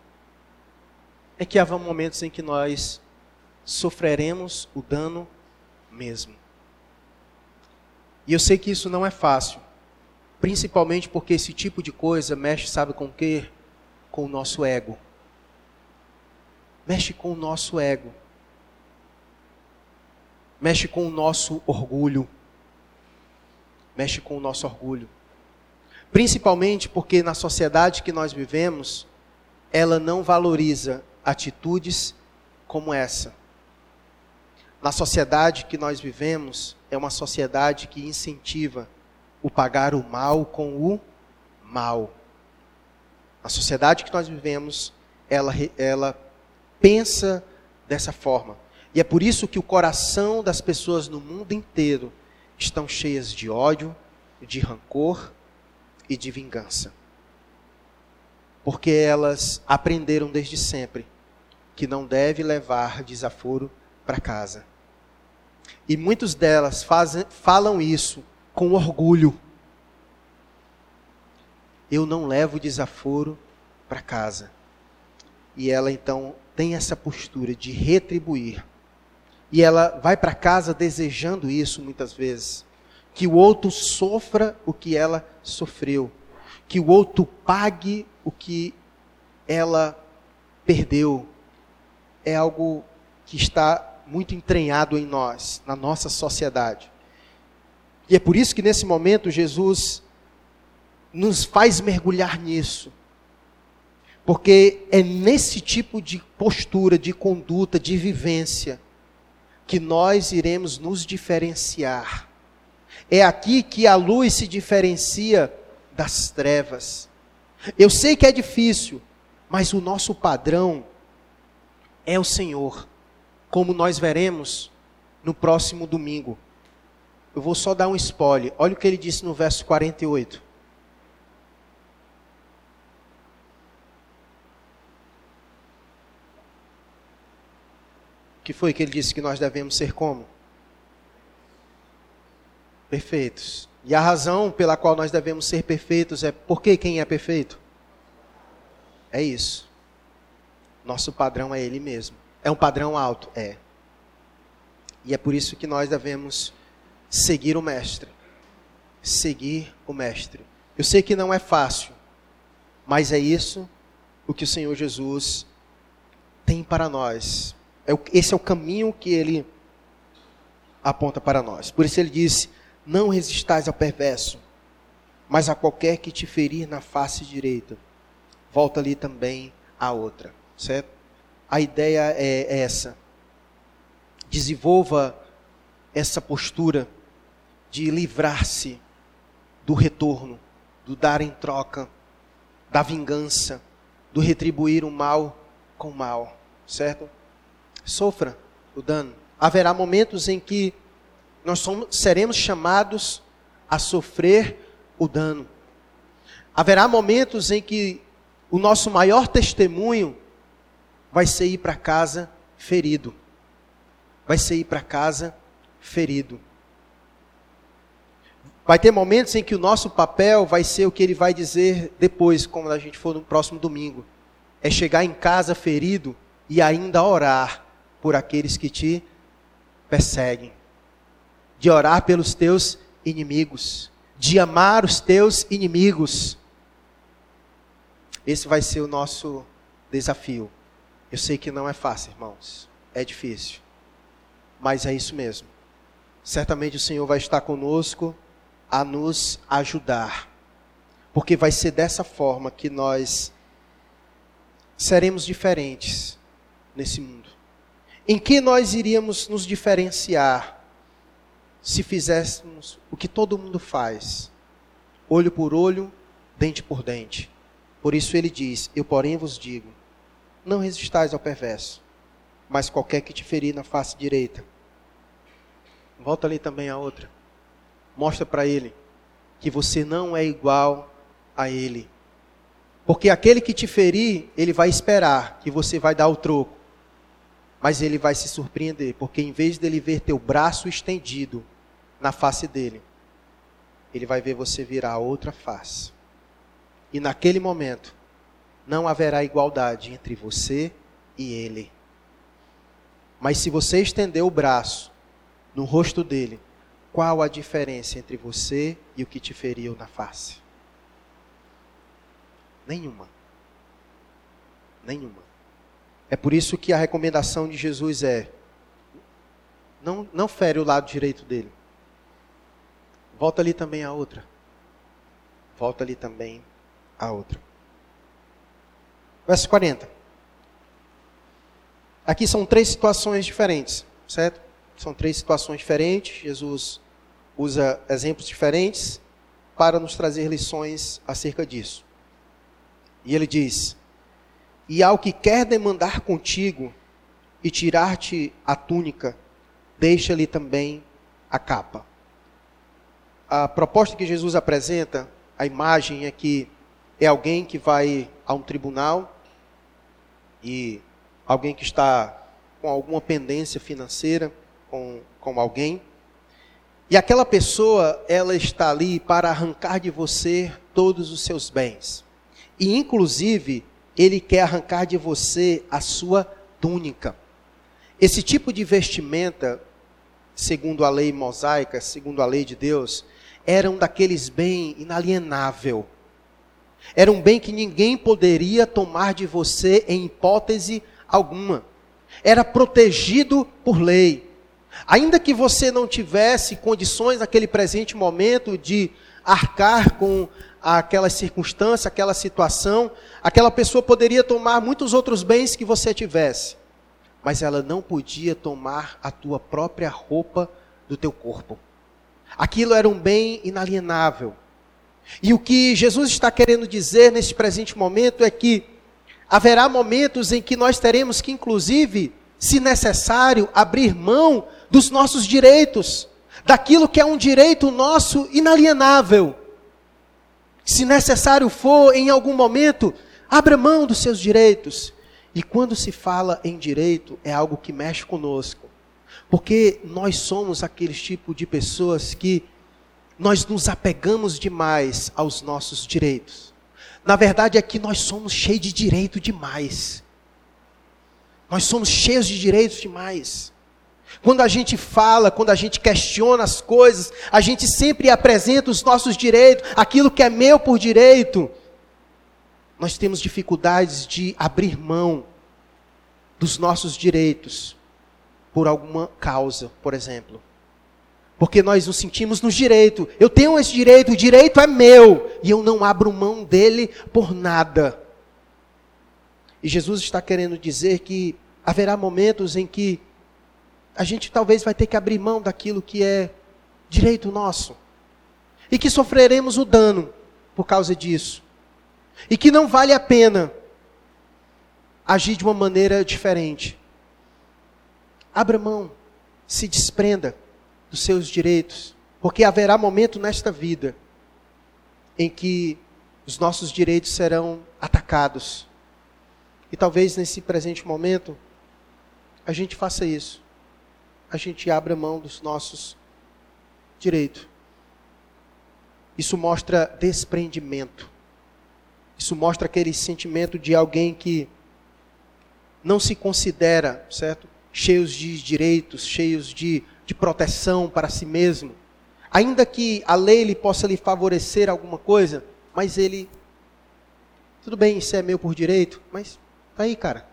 É que haverá momentos em que nós sofreremos o dano mesmo. E eu sei que isso não é fácil, principalmente porque esse tipo de coisa mexe, sabe com o quê? Com o nosso ego. Mexe com o nosso ego. Mexe com o nosso orgulho. Mexe com o nosso orgulho. Principalmente porque na sociedade que nós vivemos, ela não valoriza atitudes como essa. Na sociedade que nós vivemos, é uma sociedade que incentiva o pagar o mal com o mal. A sociedade que nós vivemos, ela pensa dessa forma. E é por isso que o coração das pessoas no mundo inteiro estão cheias de ódio, de rancor e de vingança. Porque elas aprenderam desde sempre que não deve levar desaforo para casa. E muitas delas falam isso com orgulho. Eu não levo desaforo para casa. E ela então tem essa postura de retribuir. E ela vai para casa desejando isso muitas vezes. Que o outro sofra o que ela sofreu. Que o outro pague o que ela perdeu. É algo que está muito entranhado em nós, na nossa sociedade. E é por isso que nesse momento Jesus nos faz mergulhar nisso. Porque é nesse tipo de postura, de conduta, de vivência, que nós iremos nos diferenciar. É aqui que a luz se diferencia das trevas. Eu sei que é difícil, mas o nosso padrão é o Senhor, como nós veremos no próximo domingo. Eu vou só dar um spoiler. Olha o que ele disse no verso 48. O que foi que ele disse que nós devemos ser como? Perfeitos. E a razão pela qual nós devemos ser perfeitos é porque quem é perfeito? É isso. Nosso padrão é Ele mesmo. É um padrão alto? É. E é por isso que nós devemos seguir o Mestre. Seguir o Mestre. Eu sei que não é fácil, mas é isso o que o Senhor Jesus tem para nós. Esse é o caminho que Ele aponta para nós. Por isso Ele disse, não resistais ao perverso, mas a qualquer que te ferir na face direita, volta ali também a outra. Certo? A ideia é essa. Desenvolva essa postura de livrar-se do retorno, do dar em troca, da vingança, do retribuir o mal com o mal. Certo? Sofra o dano. Haverá momentos em que nós seremos chamados a sofrer o dano. Haverá momentos em que o nosso maior testemunho vai ser ir para casa ferido. Vai ser ir para casa ferido. Vai ter momentos em que o nosso papel vai ser o que ele vai dizer depois, quando a gente for no próximo domingo. É chegar em casa ferido e ainda orar por aqueles que te perseguem. De orar pelos teus inimigos. De amar os teus inimigos. Esse vai ser o nosso desafio. Eu sei que não é fácil, irmãos. É difícil. Mas é isso mesmo. Certamente o Senhor vai estar conosco a nos ajudar. Porque vai ser dessa forma que nós seremos diferentes nesse mundo. Em que nós iríamos nos diferenciar se fizéssemos o que todo mundo faz? Olho por olho, dente por dente. Por isso ele diz, eu porém vos digo, não resistais ao perverso, mas qualquer que te ferir na face direita. Volta ali também a outra. Mostra para ele que você não é igual a ele. Porque aquele que te ferir, ele vai esperar que você vai dar o troco. Mas ele vai se surpreender, porque em vez dele ver teu braço estendido na face dele, ele vai ver você virar a outra face. E naquele momento, não haverá igualdade entre você e ele. Mas se você estender o braço no rosto dele, qual a diferença entre você e o que te feriu na face? Nenhuma. Nenhuma. É por isso que a recomendação de Jesus é: não fere o lado direito dele. Volta ali também a outra. Volta ali também a outra. Verso 40. Aqui são 3 situações diferentes, certo? São 3 situações diferentes. Jesus usa exemplos diferentes para nos trazer lições acerca disso. E ele diz: e ao que quer demandar contigo e tirar-te a túnica, deixa-lhe também a capa. A proposta que Jesus apresenta, a imagem é que é alguém que vai a um tribunal e alguém que está com alguma pendência financeira com alguém. E aquela pessoa, ela está ali para arrancar de você todos os seus bens. E inclusive, ele quer arrancar de você a sua túnica. Esse tipo de vestimenta, segundo a lei mosaica, segundo a lei de Deus, era um daqueles bens inalienável. Era um bem que ninguém poderia tomar de você em hipótese alguma. Era protegido por lei. Ainda que você não tivesse condições naquele presente momento de arcar com aquela circunstância, aquela situação, aquela pessoa poderia tomar muitos outros bens que você tivesse, mas ela não podia tomar a tua própria roupa do teu corpo. Aquilo era um bem inalienável. E o que Jesus está querendo dizer nesse presente momento é que haverá momentos em que nós teremos que, inclusive, se necessário, abrir mão dos nossos direitos, daquilo que é um direito nosso inalienável. Se necessário for, em algum momento, abra mão dos seus direitos. E quando se fala em direito, é algo que mexe conosco. Porque nós somos aquele tipo de pessoas que nós nos apegamos demais aos nossos direitos. Na verdade é que nós somos cheios de direito demais. Nós somos cheios de direitos demais. Quando a gente fala, quando a gente questiona as coisas, a gente sempre apresenta os nossos direitos, aquilo que é meu por direito. Nós temos dificuldades de abrir mão dos nossos direitos por alguma causa, por exemplo. Porque nós nos sentimos no direito. Eu tenho esse direito, o direito é meu, e eu não abro mão dele por nada. E Jesus está querendo dizer que haverá momentos em que a gente talvez vai ter que abrir mão daquilo que é direito nosso. E que sofreremos o dano por causa disso. E que não vale a pena agir de uma maneira diferente. Abra mão, se desprenda dos seus direitos. Porque haverá momento nesta vida em que os nossos direitos serão atacados. E talvez nesse presente momento a gente faça isso. A gente abra mão dos nossos direitos. Isso mostra desprendimento. Isso mostra aquele sentimento de alguém que não se considera, certo? Cheios de direitos, cheios de proteção para si mesmo. Ainda que a lei lhe possa lhe favorecer alguma coisa, mas ele, tudo bem, isso é meu por direito, mas tá aí, cara.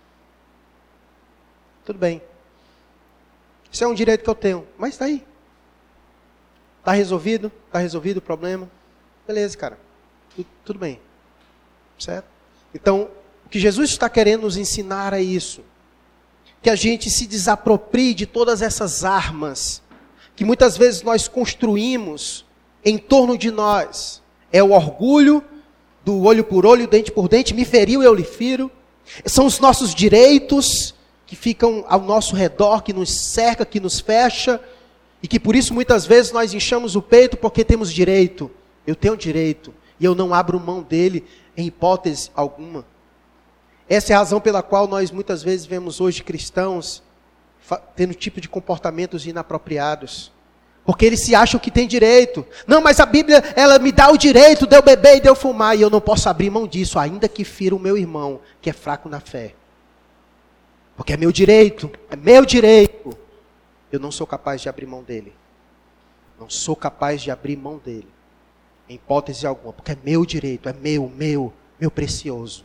Tudo bem. Isso é um direito que eu tenho, mas está aí. Está resolvido o problema. Beleza, cara. Tudo bem. Certo? Então, o que Jesus está querendo nos ensinar é isso. Que a gente se desaproprie de todas essas armas que muitas vezes nós construímos em torno de nós. É o orgulho do olho por olho, dente por dente, me feriu, eu lhe firo. São os nossos direitos que ficam ao nosso redor, que nos cerca, que nos fecha, e que por isso muitas vezes nós inchamos o peito porque temos direito. Eu tenho direito, E eu não abro mão dele em hipótese alguma. Essa é a razão pela qual nós muitas vezes vemos hoje cristãos tendo tipo de comportamentos inapropriados. Porque eles se acham que têm direito. Não, mas a Bíblia, ela me dá o direito de eu beber e de eu fumar. E eu não posso abrir mão disso, ainda que fira o meu irmão, que é fraco na fé. Porque é meu direito, é meu direito. Eu não sou capaz de abrir mão dele. Não sou capaz de abrir mão dele. Em hipótese alguma. Porque é meu direito, é meu precioso.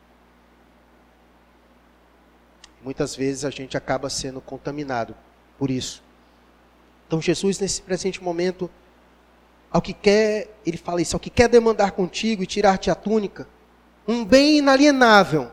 Muitas vezes a gente acaba sendo contaminado por isso. Então Jesus, nesse presente momento, ao que quer, ele fala isso, ao que quer demandar contigo e tirar-te a túnica, um bem inalienável,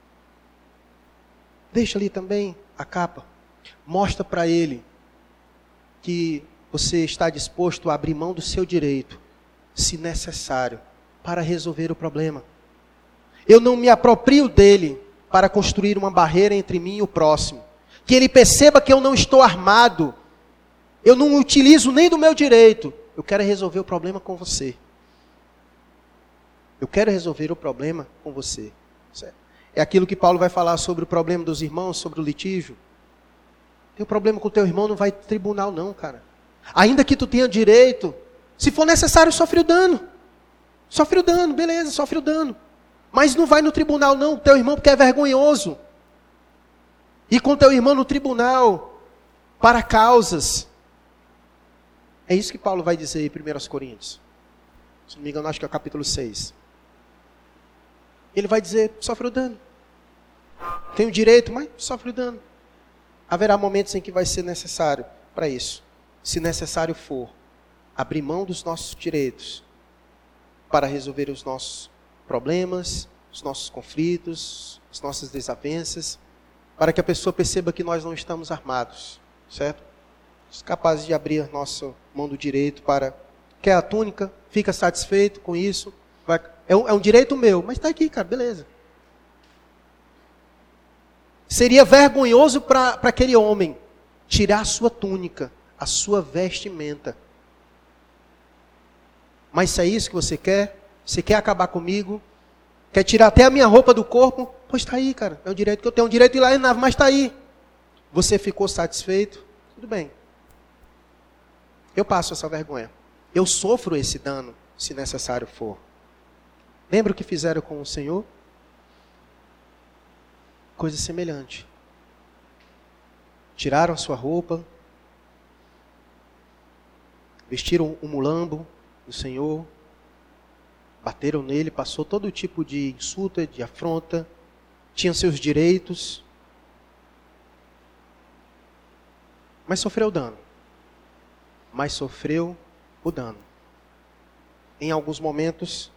deixa ali também a capa. Mostra para ele que você está disposto a abrir mão do seu direito, se necessário, para resolver o problema. Eu não me aproprio dele para construir uma barreira entre mim e o próximo. Que ele perceba que eu não estou armado. Eu não utilizo nem do meu direito. Eu quero resolver o problema com você. Eu quero resolver o problema com você. É aquilo que Paulo vai falar sobre o problema dos irmãos, sobre o litígio. Tem um problema com o teu irmão, não vai para o tribunal não, cara. Ainda que tu tenha direito, se for necessário, sofre o dano. Sofre o dano, beleza, sofre o dano. Mas não vai no tribunal não, teu irmão, porque é vergonhoso. E com teu irmão no tribunal, para causas. É isso que Paulo vai dizer em 1 Coríntios. Se não me engano, acho que é o capítulo 6. Ele vai dizer, sofre o dano. Tem o direito, mas sofre o dano. Haverá momentos em que vai ser necessário para isso. Se necessário for, abrir mão dos nossos direitos para resolver os nossos problemas, os nossos conflitos, as nossas desavenças, para que a pessoa perceba que nós não estamos armados, certo? Capazes de abrir nossa mão do direito para... Quer a túnica? Fica satisfeito com isso? É um direito meu, mas está aqui, cara, beleza. Seria vergonhoso para aquele homem tirar a sua túnica, a sua vestimenta. Mas se é isso que você quer? Você quer acabar comigo? Quer tirar até a minha roupa do corpo? Pois está aí, cara. É um direito que eu tenho. Um direito de ir lá e nave, mas está aí. Você ficou satisfeito? Tudo bem. Eu passo essa vergonha. Eu sofro esse dano, se necessário for. Lembra o que fizeram com o Senhor? Coisa semelhante. Tiraram a sua roupa, vestiram um mulambo do Senhor, bateram nele, passou todo tipo de insulto, de afronta, tinha seus direitos, mas sofreu dano. Mas sofreu o dano. Em alguns momentos,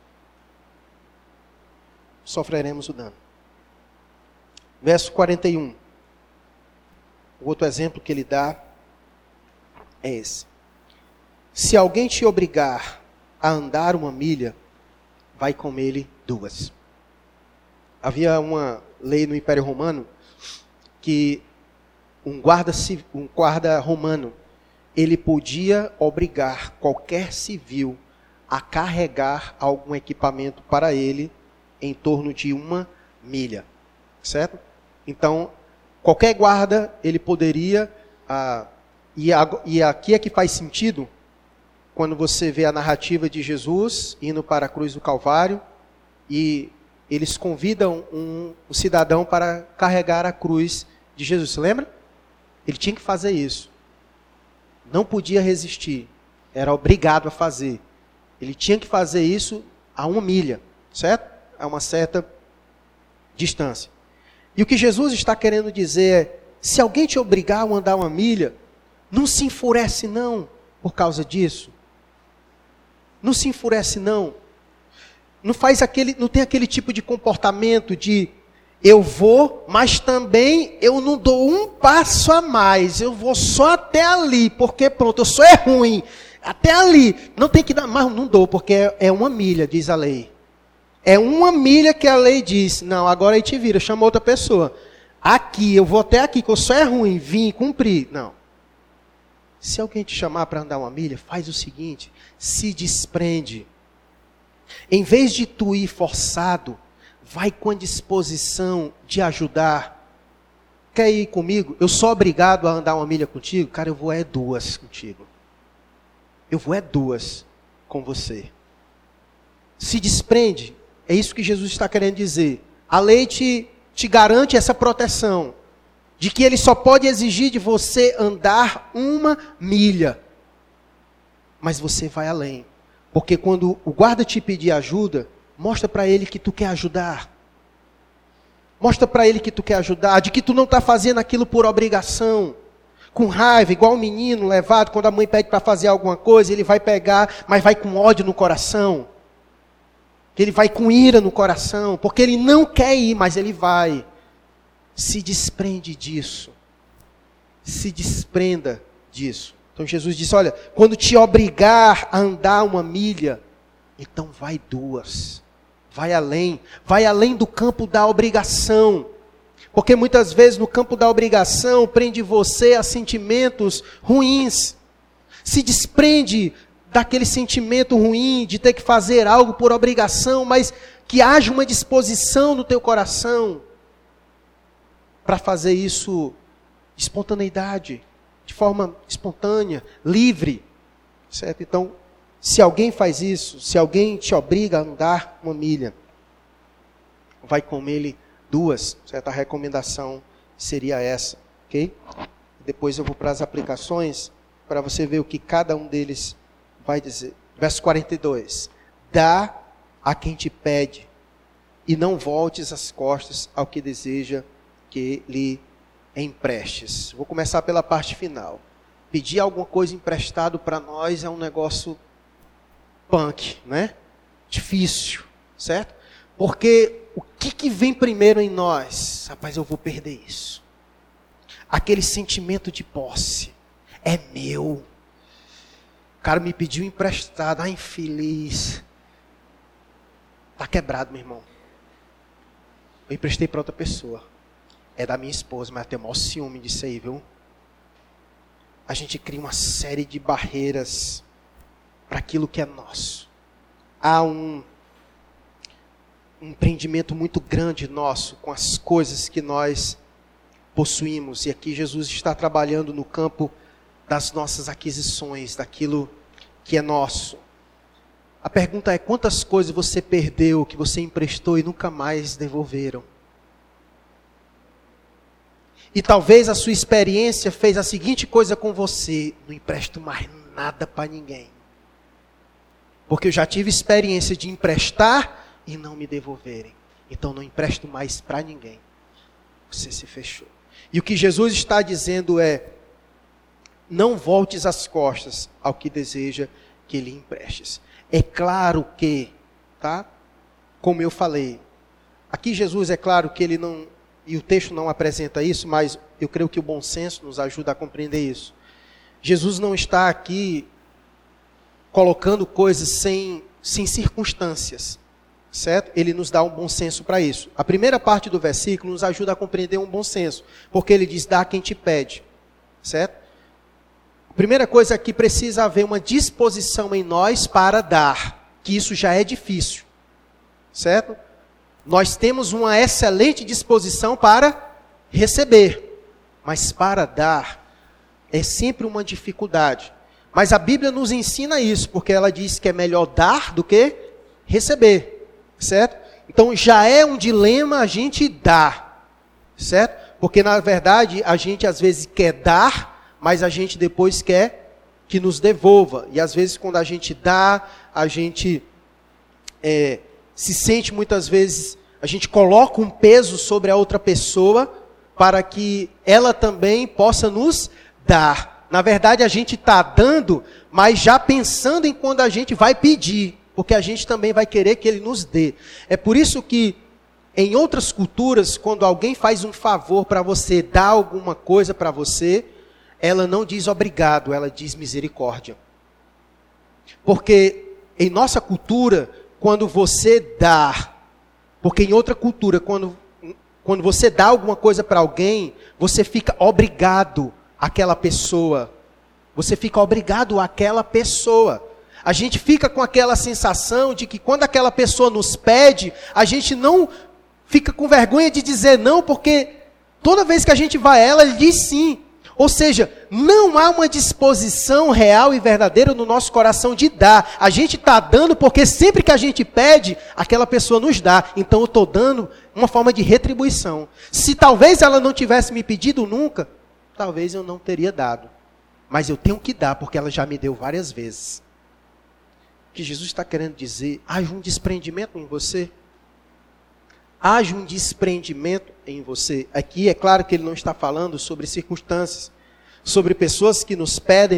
sofreremos o dano. Verso 41. O outro exemplo que ele dá é esse. Se alguém te obrigar a andar 1 milha, vai com ele 2. Havia uma lei no Império Romano que um guarda romano, ele podia obrigar qualquer civil a carregar algum equipamento para ele em torno de 1 milha, certo? Então, qualquer guarda, ele poderia, e aqui é que faz sentido, quando você vê a narrativa de Jesus indo para a cruz do Calvário, e eles convidam um cidadão para carregar a cruz de Jesus, você lembra? Ele tinha que fazer isso. Não podia resistir, era obrigado a fazer. Ele tinha que fazer isso a 1 milha, certo? A uma certa distância. E o que Jesus está querendo dizer é, se alguém te obrigar a andar 1 milha, não se enfurece não por causa disso. Não se enfurece não. Não tem aquele tipo de comportamento de eu vou, mas também eu não dou um passo a mais. Eu vou só até ali, porque pronto, eu sou ruim. Até ali. Não tem que dar, mas não dou, porque é 1 milha, diz a lei. É 1 milha que a lei diz. Não, agora aí te vira, chama outra pessoa. Aqui, eu vou até aqui, que eu só ruim, vim cumprir. Não. Se alguém te chamar para andar 1 milha, faz o seguinte, se desprende. Em vez de tu ir forçado, vai com a disposição de ajudar. Quer ir comigo? Eu sou obrigado a andar 1 milha contigo? Cara, eu vou 2 contigo. Eu vou 2 com você. Se desprende. É isso que Jesus está querendo dizer. A lei te garante essa proteção. De que ele só pode exigir de você andar 1 milha. Mas você vai além. Porque quando o guarda te pedir ajuda, mostra para ele que tu quer ajudar. Mostra para ele que tu quer ajudar, de que tu não está fazendo aquilo por obrigação, com raiva, igual um menino levado, quando a mãe pede para fazer alguma coisa, ele vai pegar, mas vai com ódio no coração. Ele vai com ira no coração, porque ele não quer ir, mas ele vai. Se desprende disso. Se desprenda disso. Então Jesus disse, olha, quando te obrigar a andar 1 milha, então vai 2. Vai além do campo da obrigação. Porque muitas vezes no campo da obrigação prende você a sentimentos ruins. Se desprende daquele sentimento ruim de ter que fazer algo por obrigação, mas que haja uma disposição no teu coração para fazer isso de espontaneidade, de forma espontânea, livre. Certo? Então, se alguém faz isso, se alguém te obriga a andar 1 milha, vai com ele 2. Certo? A recomendação seria essa. Ok? Depois eu vou para as aplicações, para você ver o que cada um deles vai dizer. Verso 42. Dá a quem te pede, e não voltes as costas ao que deseja que lhe emprestes. Vou começar pela parte final. Pedir alguma coisa emprestado para nós é um negócio punk, né? Difícil, certo? Porque o que vem primeiro em nós? Rapaz, eu vou perder isso. Aquele sentimento de posse. É meu. O cara me pediu emprestado. Ai, infeliz. Tá quebrado, meu irmão. Eu emprestei para outra pessoa. É da minha esposa, mas eu tenho o maior ciúme disso aí, viu? A gente cria uma série de barreiras para aquilo que é nosso. Há um empreendimento muito grande nosso com as coisas que nós possuímos. E aqui Jesus está trabalhando no campo das nossas aquisições, daquilo que é nosso. A pergunta é, quantas coisas você perdeu, que você emprestou e nunca mais devolveram? E talvez a sua experiência fez a seguinte coisa com você: não empresto mais nada para ninguém. Porque eu já tive experiência de emprestar e não me devolverem. Então não empresto mais para ninguém. Você se fechou. E o que Jesus está dizendo é, não voltes as costas ao que deseja que lhe emprestes. É claro que, tá? Como eu falei, aqui Jesus é claro que ele não, e o texto não apresenta isso, mas eu creio que o bom senso nos ajuda a compreender isso. Jesus não está aqui colocando coisas sem circunstâncias, certo? Ele nos dá um bom senso para isso. A primeira parte do versículo nos ajuda a compreender um bom senso, porque ele diz, dá a quem te pede, certo? A primeira coisa é que precisa haver uma disposição em nós para dar, que isso já é difícil, certo? Nós temos uma excelente disposição para receber, mas para dar é sempre uma dificuldade. Mas a Bíblia nos ensina isso, porque ela diz que é melhor dar do que receber, certo? Então já é um dilema a gente dar, certo? Porque na verdade a gente às vezes quer dar, mas a gente depois quer que nos devolva. E às vezes quando a gente dá, a gente se sente muitas vezes, a gente coloca um peso sobre a outra pessoa para que ela também possa nos dar. Na verdade, a gente está dando, mas já pensando em quando a gente vai pedir, porque a gente também vai querer que ele nos dê. É por isso que, em outras culturas, quando alguém faz um favor para você, dá alguma coisa para você, ela não diz obrigado, ela diz misericórdia. Porque em nossa cultura, quando você dá, porque em outra cultura, quando você dá alguma coisa para alguém, você fica obrigado àquela pessoa. Você fica obrigado àquela pessoa. A gente fica com aquela sensação de que quando aquela pessoa nos pede, a gente não fica com vergonha de dizer não, porque toda vez que a gente vai a ela, ele diz sim. Ou seja, não há uma disposição real e verdadeira no nosso coração de dar. A gente está dando porque sempre que a gente pede, aquela pessoa nos dá. Então eu estou dando uma forma de retribuição. Se talvez ela não tivesse me pedido nunca, talvez eu não teria dado. Mas eu tenho que dar porque ela já me deu várias vezes. O que Jesus está querendo dizer, haja um desprendimento em você. Haja um desprendimento em você. Aqui é claro que ele não está falando sobre circunstâncias, sobre pessoas que nos pedem,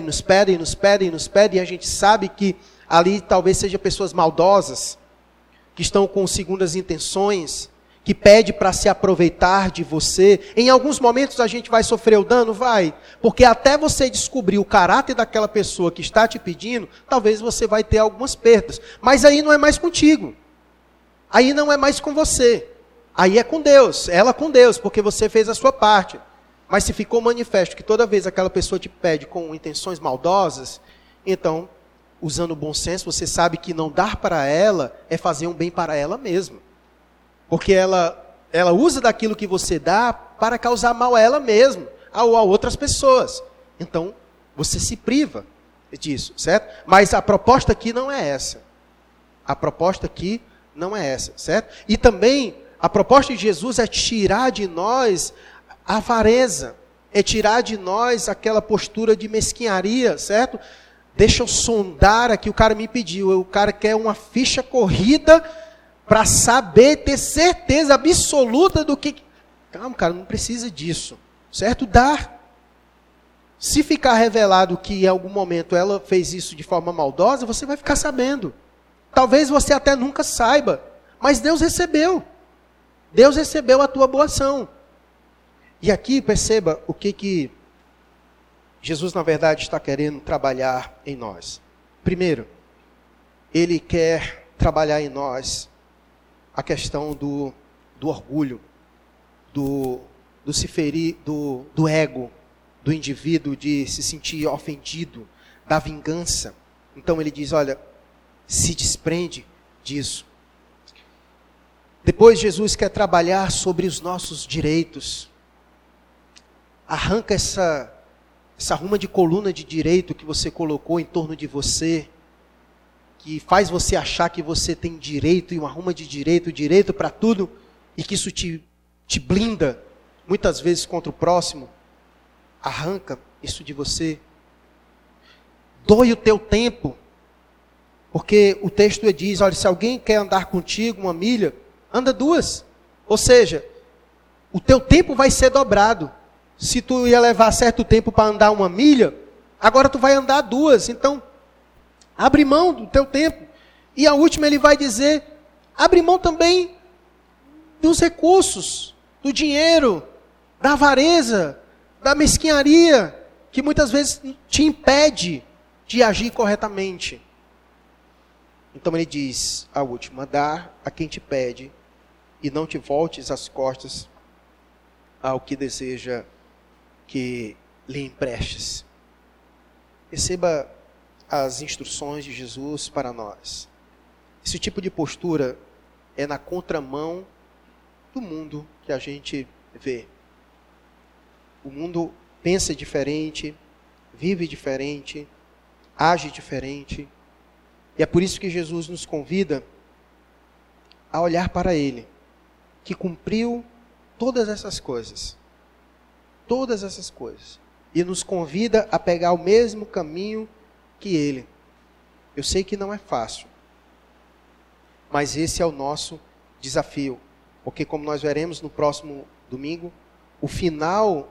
e a gente sabe que ali talvez sejam pessoas maldosas, que estão com segundas intenções, que pede para se aproveitar de você. Em alguns momentos a gente vai sofrer o dano? Vai. Porque até você descobrir o caráter daquela pessoa que está te pedindo, talvez você vai ter algumas perdas. Mas aí não é mais contigo. Aí não é mais com você. Aí é com Deus, ela com Deus, porque você fez a sua parte. Mas se ficou manifesto que toda vez aquela pessoa te pede com intenções maldosas, então, usando o bom senso, você sabe que não dar para ela é fazer um bem para ela mesma. Porque ela usa daquilo que você dá para causar mal a ela mesma, ou a outras pessoas. Então, você se priva disso, certo? Mas a proposta aqui não é essa. A proposta aqui não é essa, certo? E também, a proposta de Jesus é tirar de nós a avareza, é tirar de nós aquela postura de mesquinharia, certo? Deixa eu sondar aqui, o cara me pediu, o cara quer uma ficha corrida para saber, ter certeza absoluta do que... Calma, cara, não precisa disso, certo? Dar. Se ficar revelado que em algum momento ela fez isso de forma maldosa, você vai ficar sabendo. Talvez você até nunca saiba, mas Deus recebeu. Deus recebeu a tua boa ação. E aqui, perceba o que Jesus, na verdade, está querendo trabalhar em nós. Primeiro, Ele quer trabalhar em nós a questão do orgulho, do se ferir, do ego, do indivíduo, de se sentir ofendido, da vingança. Então ele diz, olha, se desprende disso. Depois Jesus quer trabalhar sobre os nossos direitos. Arranca essa ruma de coluna de direito que você colocou em torno de você, que faz você achar que você tem direito e uma ruma de direito para tudo, e que isso te blinda, muitas vezes contra o próximo. Arranca isso de você. Doe o teu tempo, porque o texto diz, olha, se alguém quer andar contigo 1 milha, anda 2. Ou seja, o teu tempo vai ser dobrado. Se tu ia levar certo tempo para andar 1 milha, agora tu vai andar 2. Então, abre mão do teu tempo. E a última ele vai dizer, abre mão também dos recursos, do dinheiro, da avareza, da mesquinharia, que muitas vezes te impede de agir corretamente. Então ele diz, a última, dá a quem te pede, e não te voltes as costas ao que deseja que lhe emprestes. Receba as instruções de Jesus para nós. Esse tipo de postura é na contramão do mundo que a gente vê. O mundo pensa diferente, vive diferente, age diferente. E é por isso que Jesus nos convida a olhar para Ele, que cumpriu todas essas coisas. Todas essas coisas. E nos convida a pegar o mesmo caminho que Ele. Eu sei que não é fácil, mas esse é o nosso desafio. Porque como nós veremos no próximo domingo, o final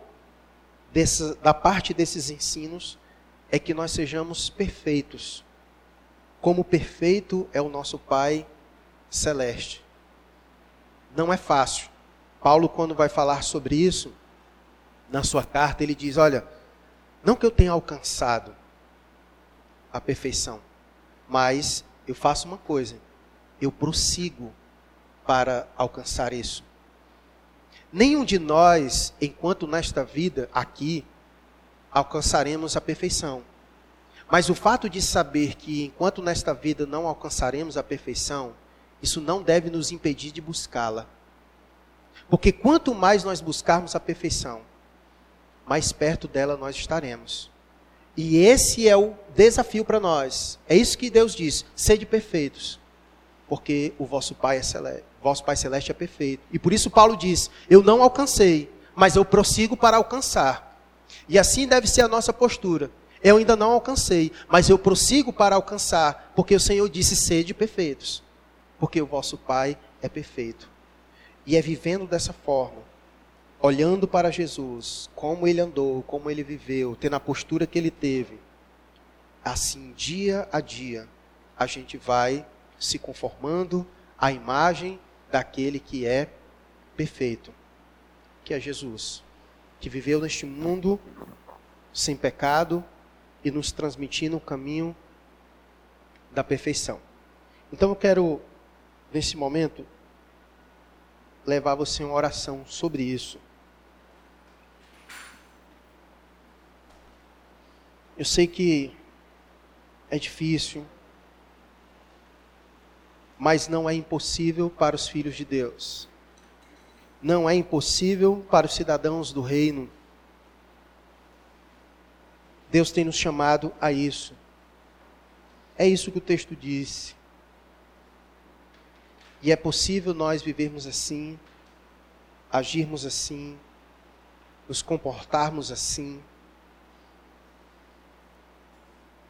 da parte desses ensinos é que nós sejamos perfeitos. Como perfeito é o nosso Pai Celeste. Não é fácil. Paulo, quando vai falar sobre isso, na sua carta, ele diz, olha, não que eu tenha alcançado a perfeição, mas eu faço uma coisa, eu prossigo para alcançar isso. Nenhum de nós, enquanto nesta vida, aqui, alcançaremos a perfeição. Mas o fato de saber que enquanto nesta vida não alcançaremos a perfeição, isso não deve nos impedir de buscá-la. Porque quanto mais nós buscarmos a perfeição, mais perto dela nós estaremos. E esse é o desafio para nós. É isso que Deus diz: sede perfeitos, porque o vosso Pai Celeste é perfeito. E por isso Paulo diz: eu não alcancei, mas eu prossigo para alcançar. E assim deve ser a nossa postura. Eu ainda não alcancei, mas eu prossigo para alcançar, porque o Senhor disse: sede perfeitos, porque o vosso Pai é perfeito. E é vivendo dessa forma, olhando para Jesus, como Ele andou, como Ele viveu, tendo a postura que Ele teve, assim, dia a dia, a gente vai se conformando à imagem daquele que é perfeito, que é Jesus, que viveu neste mundo sem pecado e nos transmitindo o caminho da perfeição. Então eu quero, nesse momento, levar você a uma oração sobre isso. Eu sei que é difícil, mas não é impossível para os filhos de Deus. Não é impossível para os cidadãos do reino. Deus tem nos chamado a isso. É isso que o texto diz. E é possível nós vivermos assim, agirmos assim, nos comportarmos assim,